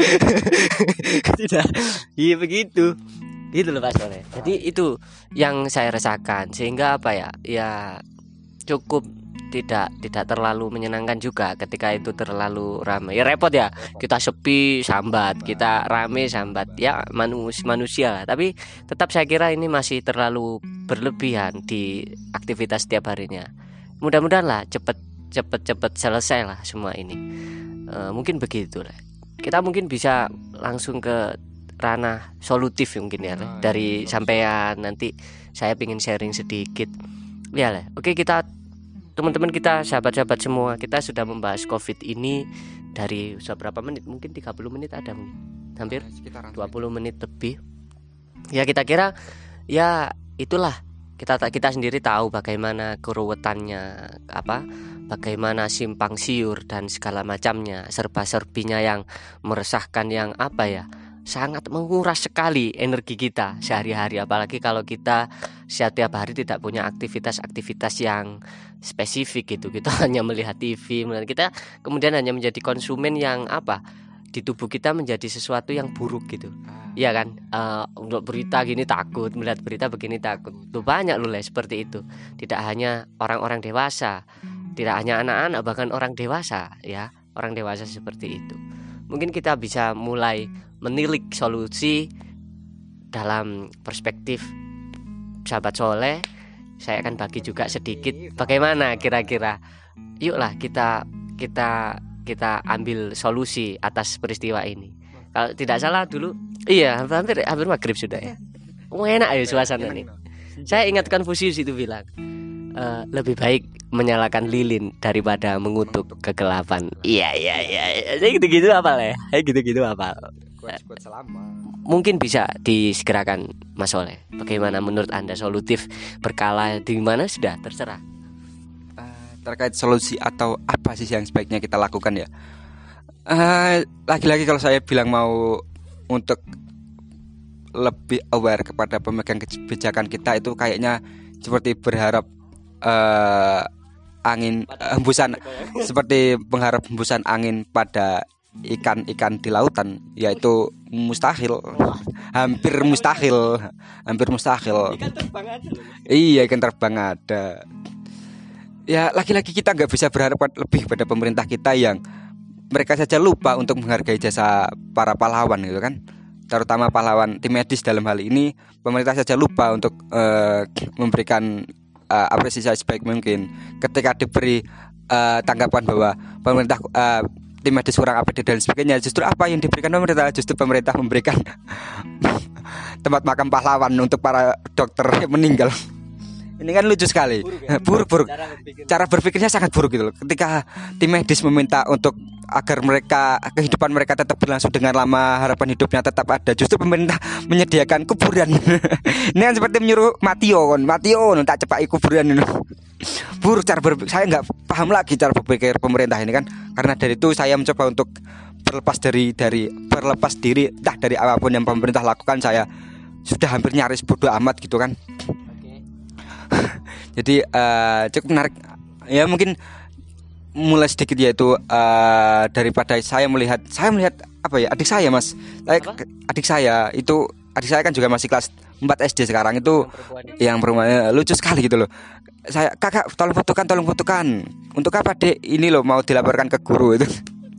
Tidak, iya begitu. Gitu loh Pak Soleh. Jadi itu yang saya rasakan, sehingga apa ya? Ya cukup tidak tidak terlalu menyenangkan juga ketika itu terlalu ramai. Ya repot ya. Kita sepi sambat, kita rame sambat. Ya manus manusia lah. Tapi tetap saya kira ini masih terlalu berlebihan di aktivitas setiap harinya. Mudah-mudahan lah cepet cepet cepet selesai lah semua ini. E, mungkin begitu lah. Kita mungkin bisa langsung ke ranah solutif mungkin ya Le. Dari sampean nanti saya ingin sharing sedikit. Ya lah. Oke, kita teman-teman kita, sahabat-sahabat semua, kita sudah membahas COVID ini dari berapa menit? Mungkin tiga puluh menit ada mungkin. Hampir sekitaran dua puluh menit lebih. Ya kita kira ya itulah kita kita sendiri tahu bagaimana keruwetannya, apa? Bagaimana simpang siur dan segala macamnya, serba-serbinya yang meresahkan, yang apa ya? Sangat menguras sekali energi kita sehari-hari, apalagi kalau kita setiap hari tidak punya aktivitas-aktivitas yang spesifik gitu. Kita hanya melihat T V, kita kemudian hanya menjadi konsumen yang apa, di tubuh kita menjadi sesuatu yang buruk gitu. Iya kan, uh, untuk berita gini takut, melihat berita begini takut. Tuh banyak loh Le, seperti itu. Tidak hanya orang-orang dewasa, tidak hanya anak-anak, bahkan orang dewasa ya, orang dewasa seperti itu. Mungkin kita bisa mulai menilik solusi dalam perspektif sahabat soleh. Saya akan bagi juga sedikit bagaimana kira-kira. Yuklah kita kita kita ambil solusi atas peristiwa ini. Kalau tidak salah dulu, iya hampir hampir maghrib sudah ya. Enak ya suasana nih. Saya ingat Konfusius itu bilang, e, lebih baik menyalakan lilin daripada mengutuk kegelapan. Iya iya iya. Saya gitu-gitu apa ya? Saya gitu-gitu apa? Kuat-kuat selama. Mungkin bisa disegerakan Mas Soleh. Bagaimana menurut Anda solutif berkala di mana sudah terserah. Uh, terkait solusi atau apa sih yang sebaiknya kita lakukan ya? Uh, lagi-lagi kalau saya bilang mau untuk lebih aware kepada pemegang kebijakan kita, itu kayaknya seperti berharap uh, angin uh, hembusan seperti mengharap hembusan angin pada ikan-ikan di lautan, yaitu mustahil, hampir mustahil, hampir mustahil. Ikan terbang ada. Iya, ikan terbang ada. Ya, lagi-lagi kita nggak bisa berharap lebih pada pemerintah kita yang mereka saja lupa untuk menghargai jasa para pahlawan gitu kan. Terutama pahlawan tim medis dalam hal ini, pemerintah saja lupa untuk uh, memberikan uh, apresiasi sebaik mungkin. Ketika diberi uh, tanggapan bahwa pemerintah uh, tim medis kurang A P D dan sebagainya, justru apa yang diberikan pemerintah? Justru pemerintah memberikan tempat makam pahlawan untuk para dokter yang meninggal. Ini kan lucu sekali. Buruk-buruk. Cara, berpikir. Cara berpikirnya sangat buruk gitu loh. Ketika tim medis meminta untuk agar mereka kehidupan mereka tetap berlangsung dengan lama, harapan hidupnya tetap ada, justru pemerintah menyediakan kuburan. Ini kan seperti menyuruh matio kon, matio tak cepai kuburan ini. Buruk cara berpikir. Saya nggak paham lagi cara berpikir pemerintah ini kan. Karena dari itu saya mencoba untuk berlepas dari dari berlepas diri entah dari apapun yang pemerintah lakukan. Saya sudah hampir nyaris bodoh amat gitu kan. Jadi uh, cukup menarik ya, mungkin mulai sedikit yaitu uh, daripada saya melihat saya melihat apa ya adik saya mas apa? Adik saya itu adik saya kan juga masih kelas empat S D sekarang itu yang perempuan lucu sekali gitu loh. Saya kakak tolong fotokan tolong fotokan untuk apa dek, ini loh mau dilaporkan ke guru itu.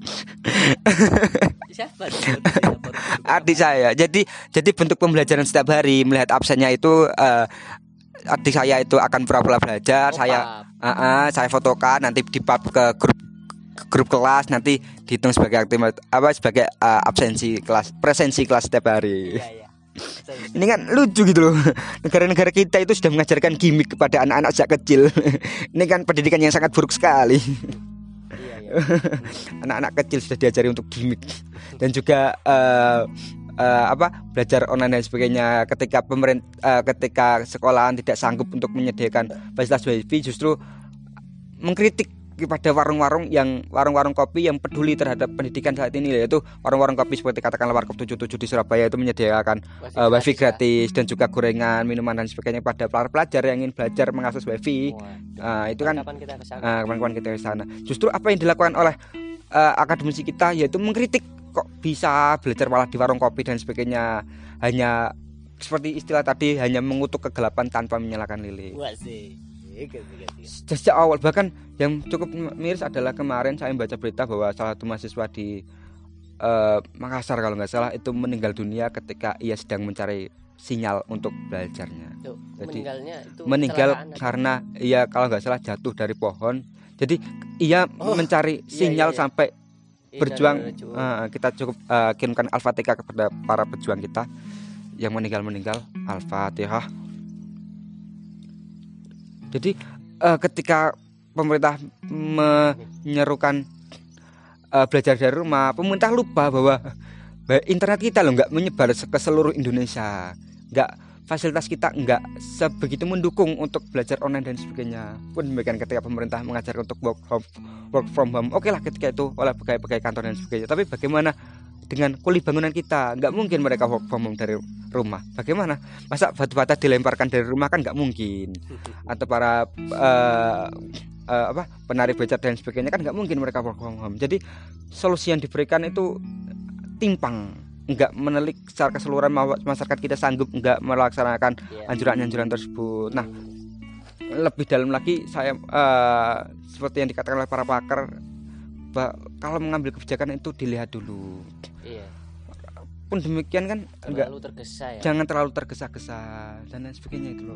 Siapa? Adik saya. Jadi jadi bentuk pembelajaran setiap hari, melihat absennya itu uh, adik saya itu akan pura-pura belajar. Oh, saya uh, uh, saya fotokan, nanti dipap ke grup ke grup kelas, nanti dihitung sebagai aktivitas apa sebagai uh, absensi kelas, presensi kelas setiap hari. Iya, iya. Ini kan lucu gitu loh. Negara-negara kita itu sudah mengajarkan gimmick kepada anak-anak sejak kecil. Ini kan pendidikan yang sangat buruk sekali. Iya, iya. Anak-anak kecil sudah diajari untuk gimmick dan juga uh, uh, apa belajar online dan sebagainya, ketika pemerintah uh, ketika sekolahan tidak sanggup untuk menyediakan fasilitas wifi, justru mengkritik kepada warung-warung yang warung-warung kopi yang peduli terhadap pendidikan saat ini, yaitu warung-warung kopi seperti katakanlah Warkop tujuh puluh tujuh di Surabaya itu menyediakan uh, wifi gratis dan juga gorengan, minuman dan sebagainya pada para pelajar yang ingin belajar mengakses wifi. Uh, itu kan kapan-kapan kita ke sana. Justru apa yang dilakukan oleh uh, akademisi kita yaitu mengkritik, kok bisa belajar malah di warung kopi dan sebagainya, hanya seperti istilah tadi, hanya mengutuk kegelapan tanpa menyalakan lilin. Sejak awal, bahkan yang cukup miris adalah kemarin saya membaca berita bahwa salah satu mahasiswa di uh, Makassar kalau nggak salah itu meninggal dunia ketika ia sedang mencari sinyal untuk belajarnya. Tuh, jadi itu meninggal karena ia kalau nggak salah jatuh dari pohon. Jadi ia oh, mencari sinyal iya, iya, iya. sampai iya, berjuang. Uh, kita cukup uh, kirimkan Al-Fatihah kepada para pejuang kita yang meninggal-meninggal. Al-Fatihah. Jadi uh, ketika pemerintah menyerukan uh, belajar dari rumah, pemerintah lupa bahwa internet kita loh nggak menyebar ke seluruh Indonesia, nggak fasilitas kita nggak sebegitu mendukung untuk belajar online dan sebagainya. Pun demikian ketika pemerintah mengajarkan untuk work from, work from home, oke lah ketika itu oleh pegawai-pegawai kantor dan sebagainya. Tapi bagaimana dengan kuli bangunan kita? Nggak mungkin mereka work from home dari rumah. Bagaimana? Masa batu bata dilemparkan dari rumah, kan nggak mungkin. Atau para uh, uh, apa penari becak dan sebagainya, kan nggak mungkin mereka work from home. Jadi solusi yang diberikan itu timpang, nggak menelik secara keseluruhan masyarakat kita sanggup nggak melaksanakan anjuran-anjuran tersebut. Nah, lebih dalam lagi saya uh, seperti yang dikatakan oleh para pakar, bah, kalau mengambil kebijakan itu dilihat dulu. Iya. Pun demikian kan enggak tergesa, ya? Jangan terlalu tergesa-gesa dan lain sebagainya itu loh.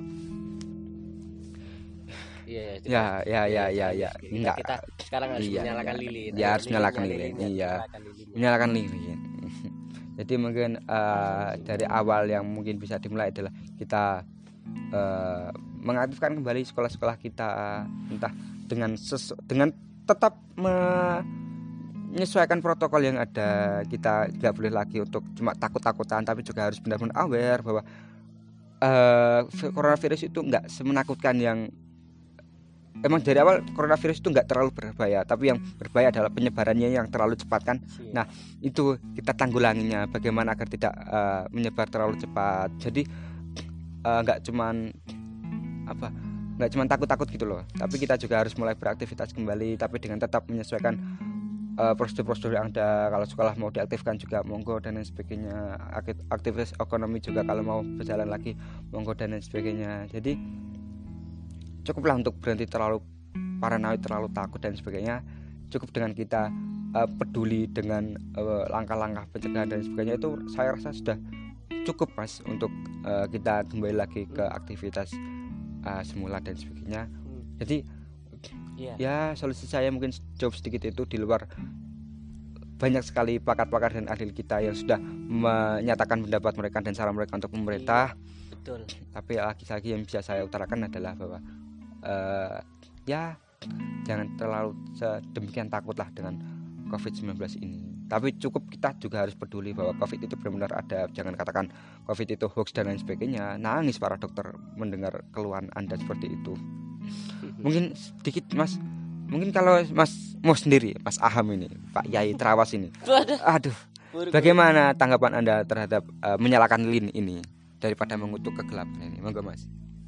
Iya, ya, ya, ya, ya, ya, enggak. Kita sekarang harus iya, menyalakan iya, lilin. Ya, harus menyalakan lilin. Iya. Menyalakan lilin. Jadi mungkin uh, dari awal yang mungkin bisa dimulai adalah kita uh, mengaktifkan kembali sekolah-sekolah kita, entah dengan sesu- dengan tetap menyesuaikan protokol yang ada. Kita nggak boleh lagi untuk cuma takut-takutan, tapi juga harus benar-benar aware bahwa uh, coronavirus itu nggak semenakutkan yang emang dari awal. Coronavirus itu nggak terlalu berbahaya, tapi yang berbahaya adalah penyebarannya yang terlalu cepat kan. Nah, itu kita tanggulanginya bagaimana agar tidak uh, menyebar terlalu cepat. Jadi uh, nggak cuman apa nggak cuman takut-takut gitu loh, tapi kita juga harus mulai beraktivitas kembali, tapi dengan tetap menyesuaikan uh, prosedur-prosedur yang ada. Kalau sekolah mau diaktifkan juga monggo dan lain sebagainya. Aktivitas ekonomi juga kalau mau berjalan lagi monggo dan lain sebagainya. Jadi cukuplah untuk berhenti terlalu paranoid, terlalu takut dan sebagainya. Cukup dengan kita uh, peduli dengan uh, langkah-langkah pencegahan dan sebagainya, itu saya rasa sudah cukup mas untuk uh, kita kembali lagi ke aktivitas uh, semula dan sebagainya. Jadi yeah. ya solusi saya mungkin jawab sedikit itu, di luar banyak sekali pakar-pakar dan ahli kita yang sudah menyatakan pendapat mereka dan saran mereka untuk pemerintah. Yeah, betul. Tapi lagi-lagi yang bisa saya utarakan adalah bahwa Uh, ya jangan terlalu sedemikian takutlah dengan covid sembilan belas ini. Tapi cukup kita juga harus peduli bahwa covid itu benar-benar ada. Jangan katakan covid itu hoax dan lain sebagainya. Nangis para dokter mendengar keluhan Anda seperti itu. Mungkin sedikit mas, mungkin kalau mas mau sendiri, Mas Aham ini, Pak Yai Terawas ini, aduh, bagaimana tanggapan Anda terhadap uh, menyalakan lilin ini daripada mengutuk kegelapan ini? Monggo mas.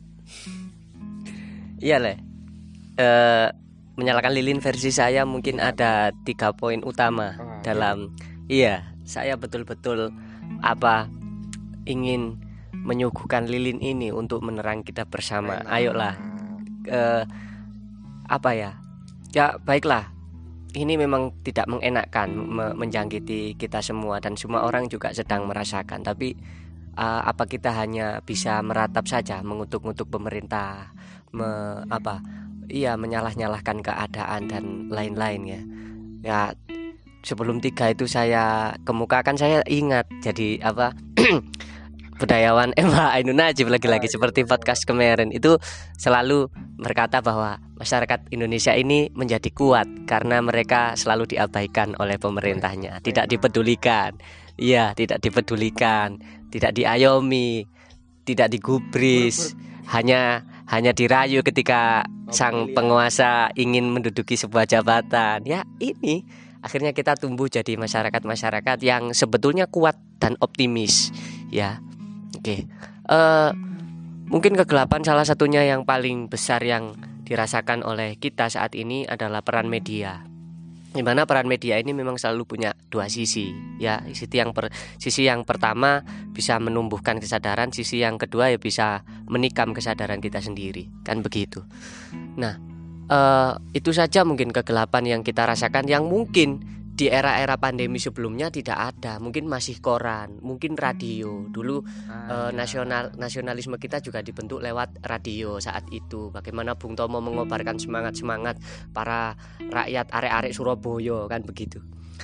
Iya leh, e, menyalakan lilin versi saya mungkin ada tiga poin utama oh, dalam iya. iya saya betul-betul apa ingin menyuguhkan lilin ini untuk menerang kita bersama. Ayolah, e, apa ya ya baiklah, ini memang tidak mengenakkan, me- menjangkiti kita semua dan semua orang juga sedang merasakan. Tapi uh, apa kita hanya bisa meratap saja, mengutuk-ngutuk pemerintah, me, apa iya menyalah-nyalahkan keadaan dan lain-lain ya. Ya sebelum tiga itu saya kemukakan, saya ingat jadi apa budayawan M H Ainun Najib lagi-lagi seperti podcast kemarin itu selalu berkata bahwa masyarakat Indonesia ini menjadi kuat karena mereka selalu diabaikan oleh pemerintahnya, tidak dipedulikan. Iya, tidak dipedulikan, tidak diayomi, tidak digubris, hanya hanya dirayu ketika sang penguasa ingin menduduki sebuah jabatan. Ya, ini akhirnya kita tumbuh jadi masyarakat-masyarakat yang sebetulnya kuat dan optimis. Ya, oke. Eh, mungkin kegelapan salah satunya yang paling besar yang dirasakan oleh kita saat ini adalah peran media. Di mana peran media ini memang selalu punya dua sisi, ya. Sisi yang per, sisi yang pertama bisa menumbuhkan kesadaran, sisi yang kedua ya bisa menikam kesadaran kita sendiri, kan begitu. Nah, eh, itu saja mungkin kegelapan yang kita rasakan, yang mungkin di era-era pandemi sebelumnya tidak ada. Mungkin masih koran, mungkin radio. Dulu eh, nasional nasionalisme kita juga dibentuk lewat radio saat itu. Bagaimana Bung Tomo mengobarkan semangat-semangat para rakyat arek-arek Surabaya, kan begitu.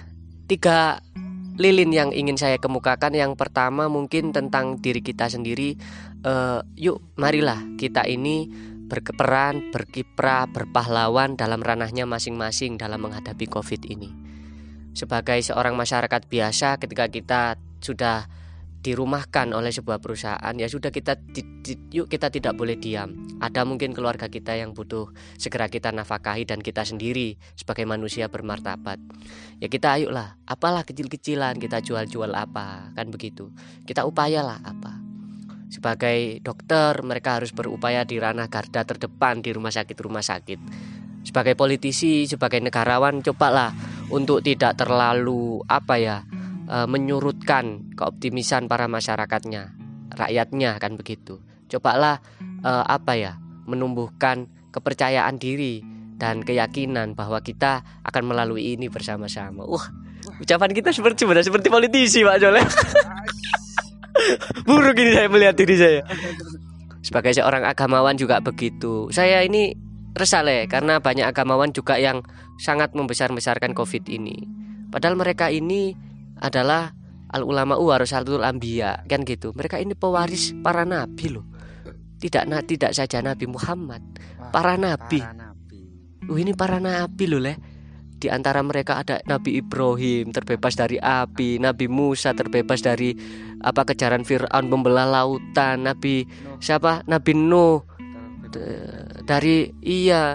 Tiga lilin yang ingin saya kemukakan. Yang pertama mungkin tentang diri kita sendiri. eh, Yuk marilah kita ini berperan, berkiprah, berpahlawan dalam ranahnya masing-masing dalam menghadapi COVID ini. Sebagai seorang masyarakat biasa, ketika kita sudah dirumahkan oleh sebuah perusahaan, ya sudah, kita di, di, yuk kita tidak boleh diam. Ada mungkin keluarga kita yang butuh segera kita nafkahi, dan kita sendiri sebagai manusia bermartabat, ya kita ayolah, apalah kecil-kecilan, kita jual-jual apa, kan begitu. Kita upayalah apa. Sebagai dokter, mereka harus berupaya di ranah garda terdepan di rumah sakit-rumah sakit. Sebagai politisi, sebagai negarawan, cobalah untuk tidak terlalu apa ya e, menyurutkan keoptimisan para masyarakatnya, rakyatnya, kan begitu. Cobalah e, apa ya menumbuhkan kepercayaan diri dan keyakinan bahwa kita akan melalui ini bersama-sama. Wah, ucapan kita seperti benar seperti politisi, Pak Jole. Buruk ini saya melihat diri saya. Sebagai seorang agamawan juga begitu. Saya ini resah le, karena banyak agamawan juga yang sangat membesar-besarkan COVID ini. Padahal mereka ini adalah al ulama warasatul anbiya, kan gitu. Mereka ini pewaris para nabi loh. Tidak nah, tidak saja Nabi Muhammad, para nabi. Uh, ini para nabi loh le. Di antara mereka ada Nabi Ibrahim terbebas dari api, Nabi Musa terbebas dari apa kejaran Fir'aun membelah lautan, Nabi siapa? Nabi Nuh dari iya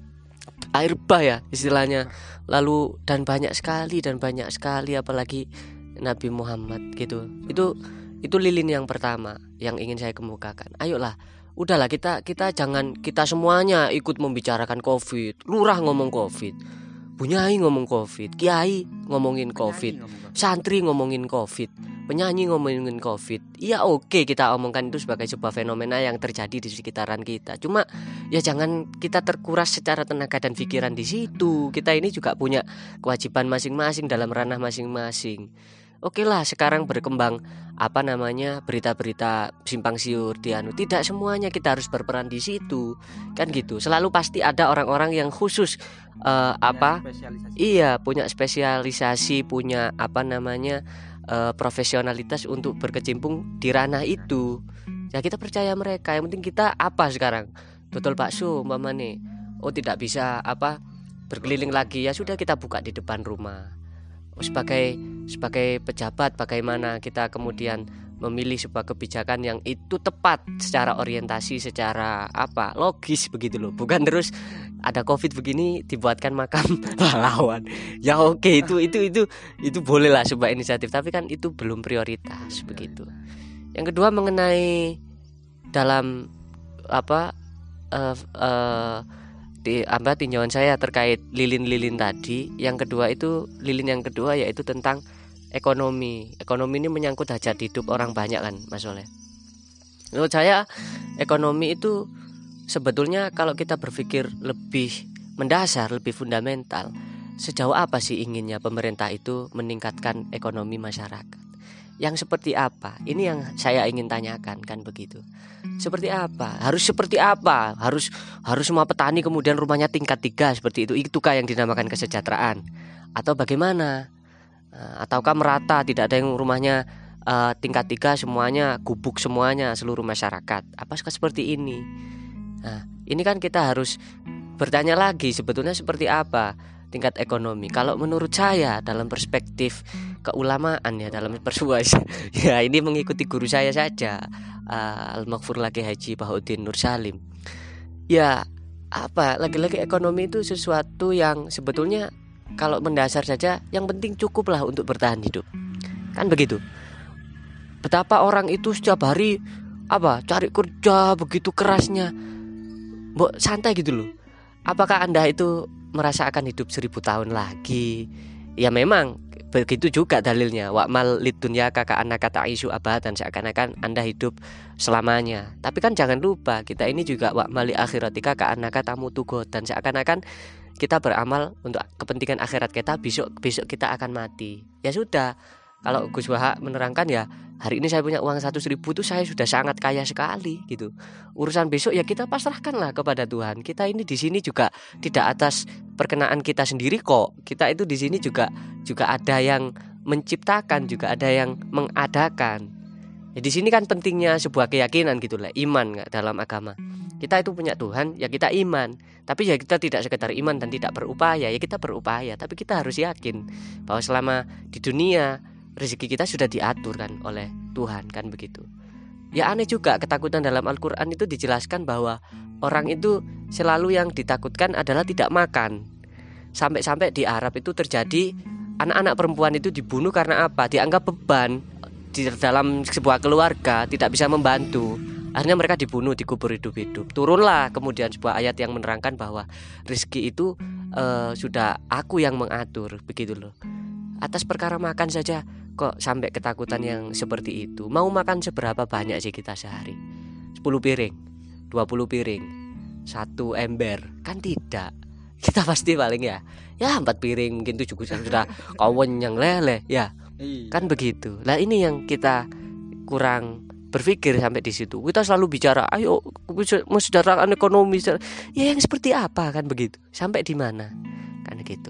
air bah ya istilahnya. Lalu dan banyak sekali dan banyak sekali apalagi Nabi Muhammad gitu. Itu itu lilin yang pertama yang ingin saya kemukakan. Ayolah, udahlah kita kita jangan kita semuanya ikut membicarakan COVID. Lurah ngomong COVID, bunyai ngomong COVID, kiai ngomongin COVID, santri ngomongin COVID, penyanyi ngomongin COVID. Iya oke okay, kita omongkan itu sebagai sebuah fenomena yang terjadi di sekitaran kita. Cuma ya jangan kita terkuras secara tenaga dan pikiran di situ. Kita ini juga punya kewajiban masing-masing dalam ranah masing-masing. Oke lah, sekarang berkembang apa namanya berita-berita simpang siur di anu. Tidak semuanya kita harus berperan di situ, kan gitu. Selalu pasti ada orang-orang yang khusus uh, apa? Iya, punya spesialisasi, punya apa namanya uh, profesionalitas untuk berkecimpung di ranah itu. Ya kita percaya mereka. Yang penting kita apa sekarang? Dodol bakso umpamane. Oh tidak bisa apa berkeliling lagi, ya sudah kita buka di depan rumah. Sebagai sebagai pejabat, bagaimana kita kemudian memilih sebuah kebijakan yang itu tepat secara orientasi, secara apa logis begitu loh. Bukan terus ada COVID begini dibuatkan makam pahlawan. Ya oke okay, itu itu itu itu boleh lah sebuah inisiatif, tapi kan itu belum prioritas begitu. Yang kedua mengenai dalam apa uh, uh, di apa tinjauan saya terkait lilin-lilin tadi. Yang kedua itu lilin yang kedua yaitu tentang ekonomi. Ekonomi ini menyangkut hajat hidup orang banyak kan Mas Oleh. Menurut saya ekonomi itu sebetulnya kalau kita berpikir lebih mendasar, lebih fundamental, sejauh apa sih inginnya pemerintah itu meningkatkan ekonomi masyarakat? Yang seperti apa? Ini yang saya ingin tanyakan, kan begitu. Seperti apa? Harus seperti apa? Harus harus semua petani kemudian rumahnya tingkat tiga seperti itu. Itukah yang dinamakan kesejahteraan? Atau bagaimana? Ataukah merata, tidak ada yang rumahnya uh, tingkat tiga semuanya gubuk semuanya seluruh masyarakat? Apakah seperti ini? Nah, ini kan kita harus bertanya lagi sebetulnya seperti apa? tingkat ekonomi. Kalau menurut saya dalam perspektif keulamaan ya, dalam persuas ya ini mengikuti guru saya saja, uh, Al-Maghfur Laki Haji Bahauddin Nur Salim. Ya apa, lagi-lagi ekonomi itu sesuatu yang sebetulnya kalau mendasar saja yang penting cukuplah untuk bertahan hidup. Kan begitu. Betapa orang itu setiap hari apa cari kerja begitu kerasnya, mbok santai gitu loh. Apakah Anda itu merasa akan hidup seribu tahun lagi? Ya memang begitu juga dalilnya. Wa'mal lidunya kakak anak kata isu abadan, seakan-akan Anda hidup selamanya. Tapi kan jangan lupa kita ini juga wa'mal li akhiratika ka anak kata mutugo, dan seakan-akan kita beramal untuk kepentingan akhirat kita, besok besok kita akan mati. Ya sudah. Kalau Gus Wahab menerangkan ya hari ini saya punya uang seratus ribu itu saya sudah sangat kaya sekali gitu. Urusan besok ya kita pasrahkanlah kepada Tuhan. Kita ini di sini juga tidak atas perkenaan kita sendiri kok. Kita itu di sini juga juga ada yang menciptakan, juga ada yang mengadakan. Ya, di sini kan pentingnya sebuah keyakinan gitulah, iman gak, dalam agama. Kita itu punya Tuhan, ya kita iman. Tapi ya kita tidak sekedar iman dan tidak berupaya, ya kita berupaya. Tapi kita harus yakin bahwa selama di dunia rezeki kita sudah diatur kan oleh Tuhan, kan begitu. Ya aneh juga, ketakutan dalam Al-Quran itu dijelaskan bahwa orang itu selalu yang ditakutkan adalah tidak makan. Sampai-sampai di Arab itu terjadi anak-anak perempuan itu dibunuh karena apa? Dianggap beban di dalam sebuah keluarga, tidak bisa membantu. Akhirnya mereka dibunuh, dikubur hidup-hidup. Turunlah kemudian sebuah ayat yang menerangkan bahwa rezeki itu uh, sudah aku yang mengatur, begitu loh. Atas perkara makan saja kok sampai ketakutan yang seperti itu. Mau makan seberapa banyak sih kita sehari? sepuluh piring, dua puluh piring, satu ember? Kan tidak. Kita pasti paling ya Ya empat piring, mungkin tujuh sudah kawan yang leleh ya. Kan begitu. Lah ini yang kita kurang berpikir sampai di situ. Kita selalu bicara ayo mesejahterakan ekonomi. Ya yang seperti apa kan begitu? Sampai di mana? Kan gitu.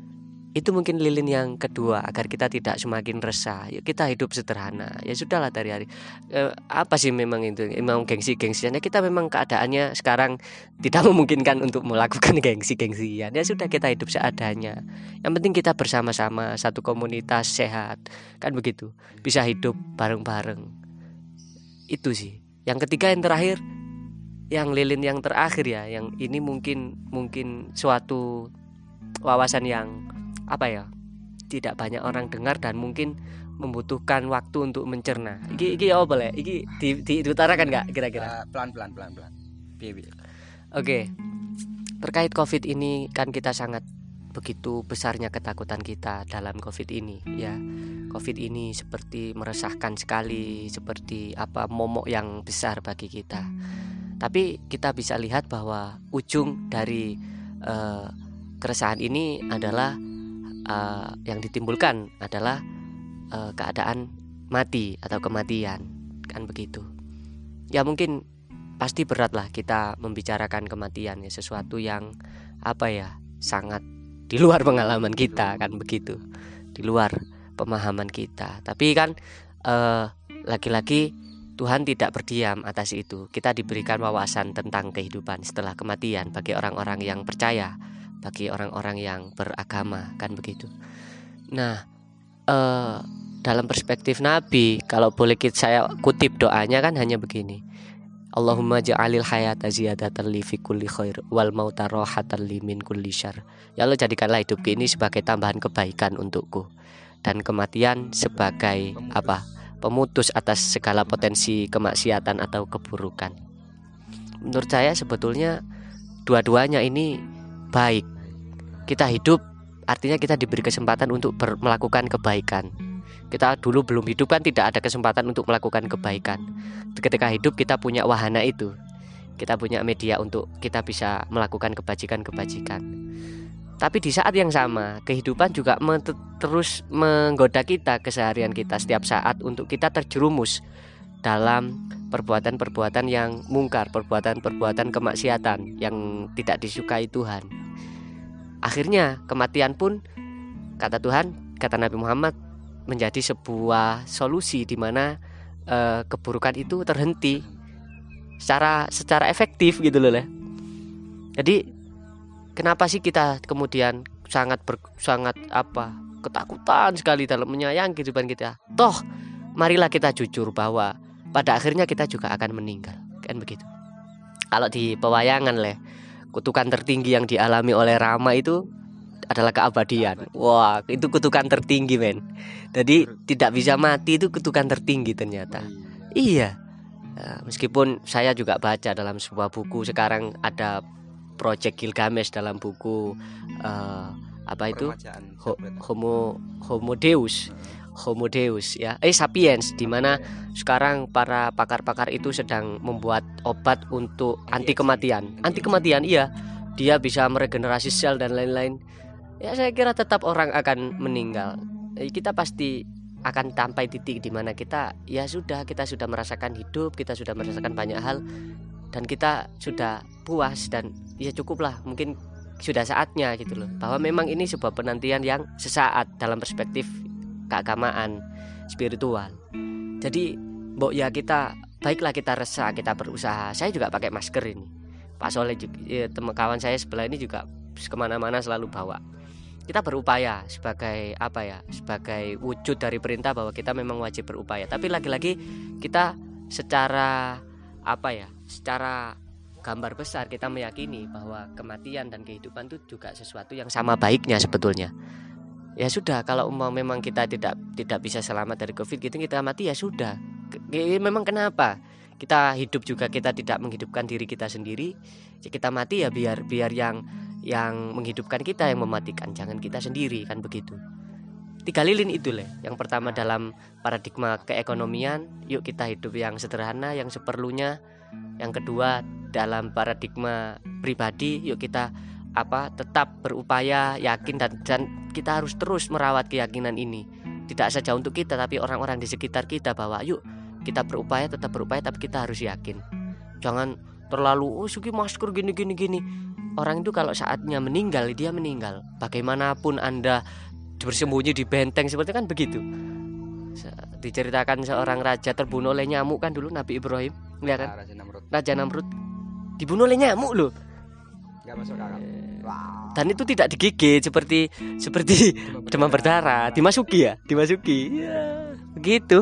Itu mungkin lilin yang kedua, agar kita tidak semakin resah. Yuk kita hidup sederhana. Ya sudahlah dari hari eh, apa sih memang itu memang gengsi-gengsian. Ya kita memang keadaannya sekarang tidak memungkinkan untuk melakukan gengsi-gengsian. Ya sudah kita hidup seadanya. Yang penting kita bersama-sama satu komunitas sehat. Kan begitu. Bisa hidup bareng-bareng. Itu sih. Yang ketiga yang terakhir, yang lilin yang terakhir ya, yang ini mungkin mungkin suatu wawasan yang apa ya, tidak banyak orang dengar dan mungkin membutuhkan waktu untuk mencerna. Iki iki apa boleh? Iki di, di, diutarakan nggak kira-kira? Pelan pelan pelan pelan. Oke, okay. Terkait COVID ini kan kita sangat begitu besarnya ketakutan kita dalam COVID ini. Ya, COVID ini seperti meresahkan sekali, seperti apa momok yang besar bagi kita. Tapi kita bisa lihat bahwa ujung dari uh, keresahan ini adalah Uh, yang ditimbulkan adalah uh, keadaan mati atau kematian, kan begitu. Ya mungkin pasti berat lah kita membicarakan kematian ya, sesuatu yang apa ya sangat di luar pengalaman kita, kan begitu, di luar pemahaman kita. Tapi kan uh, lagi-lagi Tuhan tidak berdiam atas itu. Kita diberikan wawasan tentang kehidupan setelah kematian bagi orang-orang yang percaya, bagi orang-orang yang beragama, kan begitu. Nah, eh, dalam perspektif Nabi, kalau boleh kita, saya kutip doanya kan hanya begini. Allahumma ja'alil hayata ziyadatan li fi kulli khair wal mauta rahatan li min kulli syarr. Ya Allah, jadikanlah hidupku ini sebagai tambahan kebaikan untukku, dan kematian sebagai apa? Pemutus atas segala potensi kemaksiatan atau keburukan. Menurut saya sebetulnya dua-duanya ini baik. Kita hidup artinya kita diberi kesempatan untuk ber- melakukan kebaikan. Kita dulu belum hidup kan tidak ada kesempatan untuk melakukan kebaikan. Ketika hidup kita punya wahana itu. Kita punya media untuk kita bisa melakukan kebajikan-kebajikan. Tapi di saat yang sama kehidupan juga men- terus menggoda kita, keseharian kita setiap saat untuk kita terjerumus dalam perbuatan-perbuatan yang mungkar, perbuatan-perbuatan kemaksiatan yang tidak disukai Tuhan. Akhirnya kematian pun, kata Tuhan, kata Nabi Muhammad, menjadi sebuah solusi di mana e, keburukan itu terhenti secara secara efektif gitu loh lah. Jadi kenapa sih kita kemudian sangat ber, sangat apa ketakutan sekali dalam menyayangi kehidupan kita. Toh marilah kita jujur bahwa pada akhirnya kita juga akan meninggal, kan begitu. Kalau di pewayangan leh, kutukan tertinggi yang dialami oleh Rama itu adalah keabadian. Wah, itu kutukan tertinggi, men. Jadi tidak bisa mati itu kutukan tertinggi ternyata. Iya. Nah, meskipun saya juga baca dalam sebuah buku sekarang ada Project Gilgamesh dalam buku uh, apa itu Ho, Homo Homo Deus, Homo Deus ya, eh Sapiens, di mana sekarang para pakar-pakar itu sedang membuat obat untuk anti kematian, anti kematian iya, dia bisa meregenerasi sel dan lain-lain. Ya saya kira tetap orang akan meninggal. Eh, kita pasti akan sampai titik di mana kita ya sudah kita sudah merasakan hidup, kita sudah merasakan banyak hal dan kita sudah puas dan ya cukuplah, mungkin sudah saatnya gitu loh, bahwa memang ini sebuah penantian yang sesaat dalam perspektif keagamaan spiritual. Jadi mbok ya kita baiklah kita resah, kita berusaha. Saya juga pakai masker ini. Pak Soleh juga, ya, teman kawan saya sebelah ini juga kemana-mana selalu bawa. Kita berupaya sebagai apa ya, sebagai wujud dari perintah bahwa kita memang wajib berupaya. Tapi lagi-lagi kita secara apa ya, secara gambar besar kita meyakini bahwa kematian dan kehidupan itu juga sesuatu yang sama baiknya sebetulnya. Ya sudah, kalau mau memang kita tidak tidak bisa selamat dari Covid gitu, kita mati ya sudah. Memang kenapa? Kita hidup juga kita tidak menghidupkan diri kita sendiri. Kita mati ya biar biar yang yang menghidupkan kita yang mematikan, jangan kita sendiri, kan begitu. Tiga lilin itu leh. Yang pertama dalam paradigma keekonomian, yuk kita hidup yang sederhana, yang seperlunya. Yang kedua dalam paradigma pribadi, yuk kita apa tetap berupaya, yakin dan, dan kita harus terus merawat keyakinan ini. Tidak saja untuk kita tapi orang-orang di sekitar kita, bahwa yuk kita berupaya, tetap berupaya, tapi kita harus yakin. Jangan terlalu oh suki masker gini gini gini. Orang itu kalau saatnya meninggal, dia meninggal. Bagaimanapun Anda bersembunyi di benteng seperti kan begitu. Diceritakan seorang raja terbunuh oleh nyamuk kan dulu, Nabi Ibrahim, ya kan? Raja Namrud. Raja Namrud dibunuh oleh nyamuk loh. Gak masuk akal. Wow. Dan itu tidak digigit seperti seperti demam berdarah, dimasuki ya, dimasuki. Ya, begitu.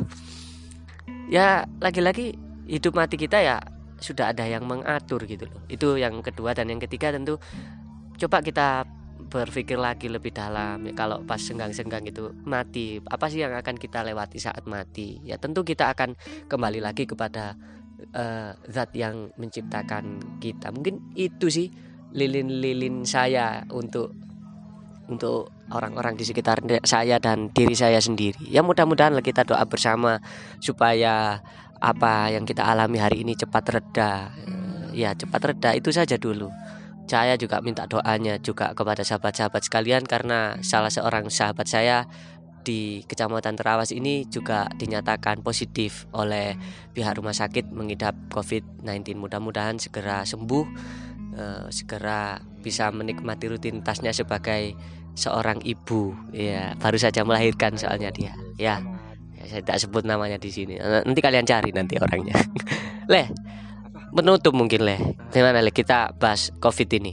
Ya lagi-lagi hidup mati kita ya sudah ada yang mengatur gitu loh. Itu yang kedua. Dan yang ketiga tentu coba kita berpikir lagi lebih dalam ya, kalau pas senggang-senggang itu mati, apa sih yang akan kita lewati saat mati? Ya tentu kita akan kembali lagi kepada uh, zat yang menciptakan kita. Mungkin itu sih lilin-lilin saya untuk untuk orang-orang di sekitar saya dan diri saya sendiri. Ya mudah-mudahan kita doa bersama supaya apa yang kita alami hari ini cepat reda. Ya cepat reda itu saja dulu. Saya juga minta doanya juga kepada sahabat-sahabat sekalian, karena salah seorang sahabat saya di Kecamatan Terawas ini juga dinyatakan positif oleh pihak rumah sakit mengidap covid sembilan belas. Mudah-mudahan segera sembuh, eh, segera bisa menikmati rutinitasnya sebagai seorang ibu. Ya, baru saja melahirkan soalnya dia. Ya, ya saya tidak sebut namanya di sini. Nanti kalian cari nanti orangnya. Leh, menutup mungkin leh. Gimana leh kita bahas Covid ini?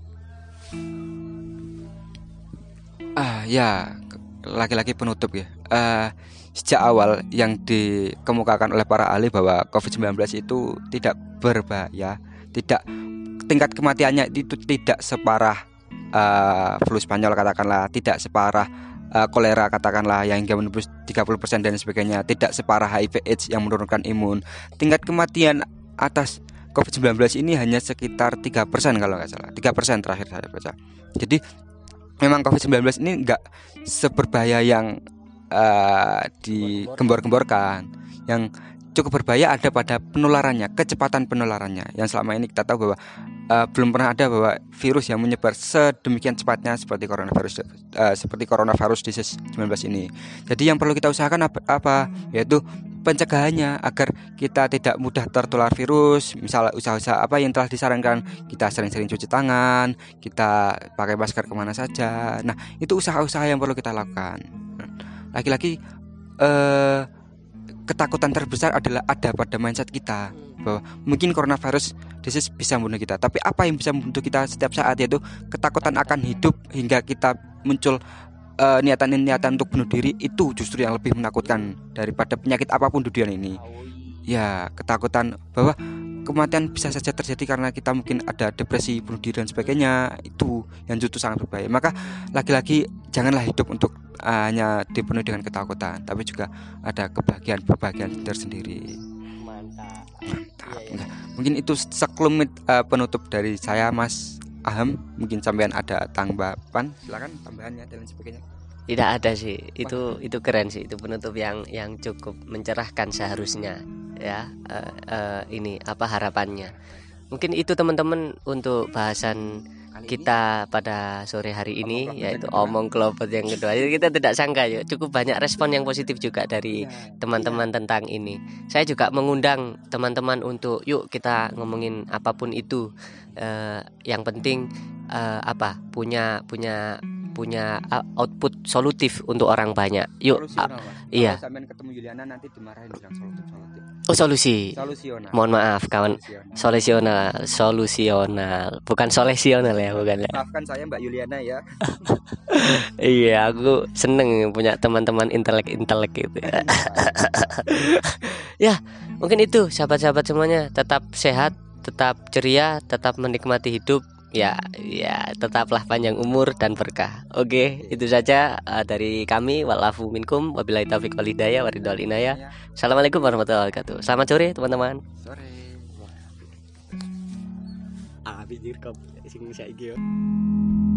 Ah ya, lagi-lagi penutup ya. Uh, sejak awal yang dikemukakan oleh para ahli bahwa covid sembilan belas itu tidak berbahaya, tidak tingkat kematiannya itu tidak separah uh, flu Spanyol katakanlah, tidak separah uh, kolera katakanlah yang hingga menembus tiga puluh persen dan sebagainya, tidak separah H I V AIDS yang menurunkan imun. Tingkat kematian atas covid sembilan belas ini hanya sekitar tiga persen kalau nggak salah, tiga persen terakhir saya baca. Jadi memang covid sembilan belas ini nggak seberbahaya yang uh, digembor-gemborkan. Yang cukup berbahaya ada pada penularannya, kecepatan penularannya. Yang selama ini kita tahu bahwa uh, belum pernah ada bahwa virus yang menyebar sedemikian cepatnya seperti coronavirus uh, seperti coronavirus disease sembilan belas ini. Jadi yang perlu kita usahakan apa, apa? Yaitu pencegahannya agar kita tidak mudah tertular virus. Misalnya usaha-usaha apa yang telah disarankan, kita sering-sering cuci tangan, kita pakai masker kemana saja. Nah itu usaha-usaha yang perlu kita lakukan. Lagi-lagi eh, ketakutan terbesar adalah ada pada mindset kita, bahwa mungkin coronavirus disease bisa membunuh kita. Tapi apa yang bisa membunuh kita setiap saat, yaitu ketakutan akan hidup hingga kita muncul uh, niatan-niatan untuk bunuh diri. Itu justru yang lebih menakutkan daripada penyakit apapun di dunia ini. Ya, ketakutan bahwa kematian bisa saja terjadi karena kita mungkin ada depresi, bunuh diri dan sebagainya. Itu yang justru sangat berbahaya. Maka lagi-lagi janganlah hidup untuk uh, hanya dipenuhi dengan ketakutan, tapi juga ada kebahagiaan-kebahagiaan tersendiri. Mantap. Mantap. Iya, iya. Mungkin itu sekelumit uh, penutup dari saya, Mas Aham. Mungkin sampean ada tanggapan, silakan tambahannya dan lain sebagainya. Tidak ada sih, itu itu keren sih, itu penutup yang yang cukup mencerahkan seharusnya ya. Uh, uh, ini apa harapannya? Mungkin itu teman-teman untuk bahasan kita pada sore hari ini, yaitu omong kelopot yang kedua. Jadi kita tidak sangka ya, cukup banyak respon yang positif juga dari teman-teman tentang ini. Saya juga mengundang teman-teman untuk yuk kita ngomongin apapun itu. Uh, yang penting uh, apa punya punya punya output solutif untuk orang banyak. Yuk, uh, iya. Kalau sampean ketemu Yuliana nanti dimarahin bilang solutif solutif. Oh, solusi. Solusional. Mohon maaf kawan. Solusional, solusional, bukan solusional ya, bukan ya. Maafkan saya Mbak Yuliana ya. Iya, aku seneng punya teman-teman intelek-intelek gitu. Ya, mungkin itu sahabat-sahabat semuanya, tetap sehat, tetap ceria, tetap menikmati hidup. Ya, ya, tetaplah panjang umur dan berkah. Oke, itu saja uh, dari kami. Walafu minkum, wabillahi taufiq wal hidayah, waridwal inayah. Assalamualaikum warahmatullahi wabarakatuh. Selamat sore teman-teman. Sore. Ah, bijir kau sing saiki yo.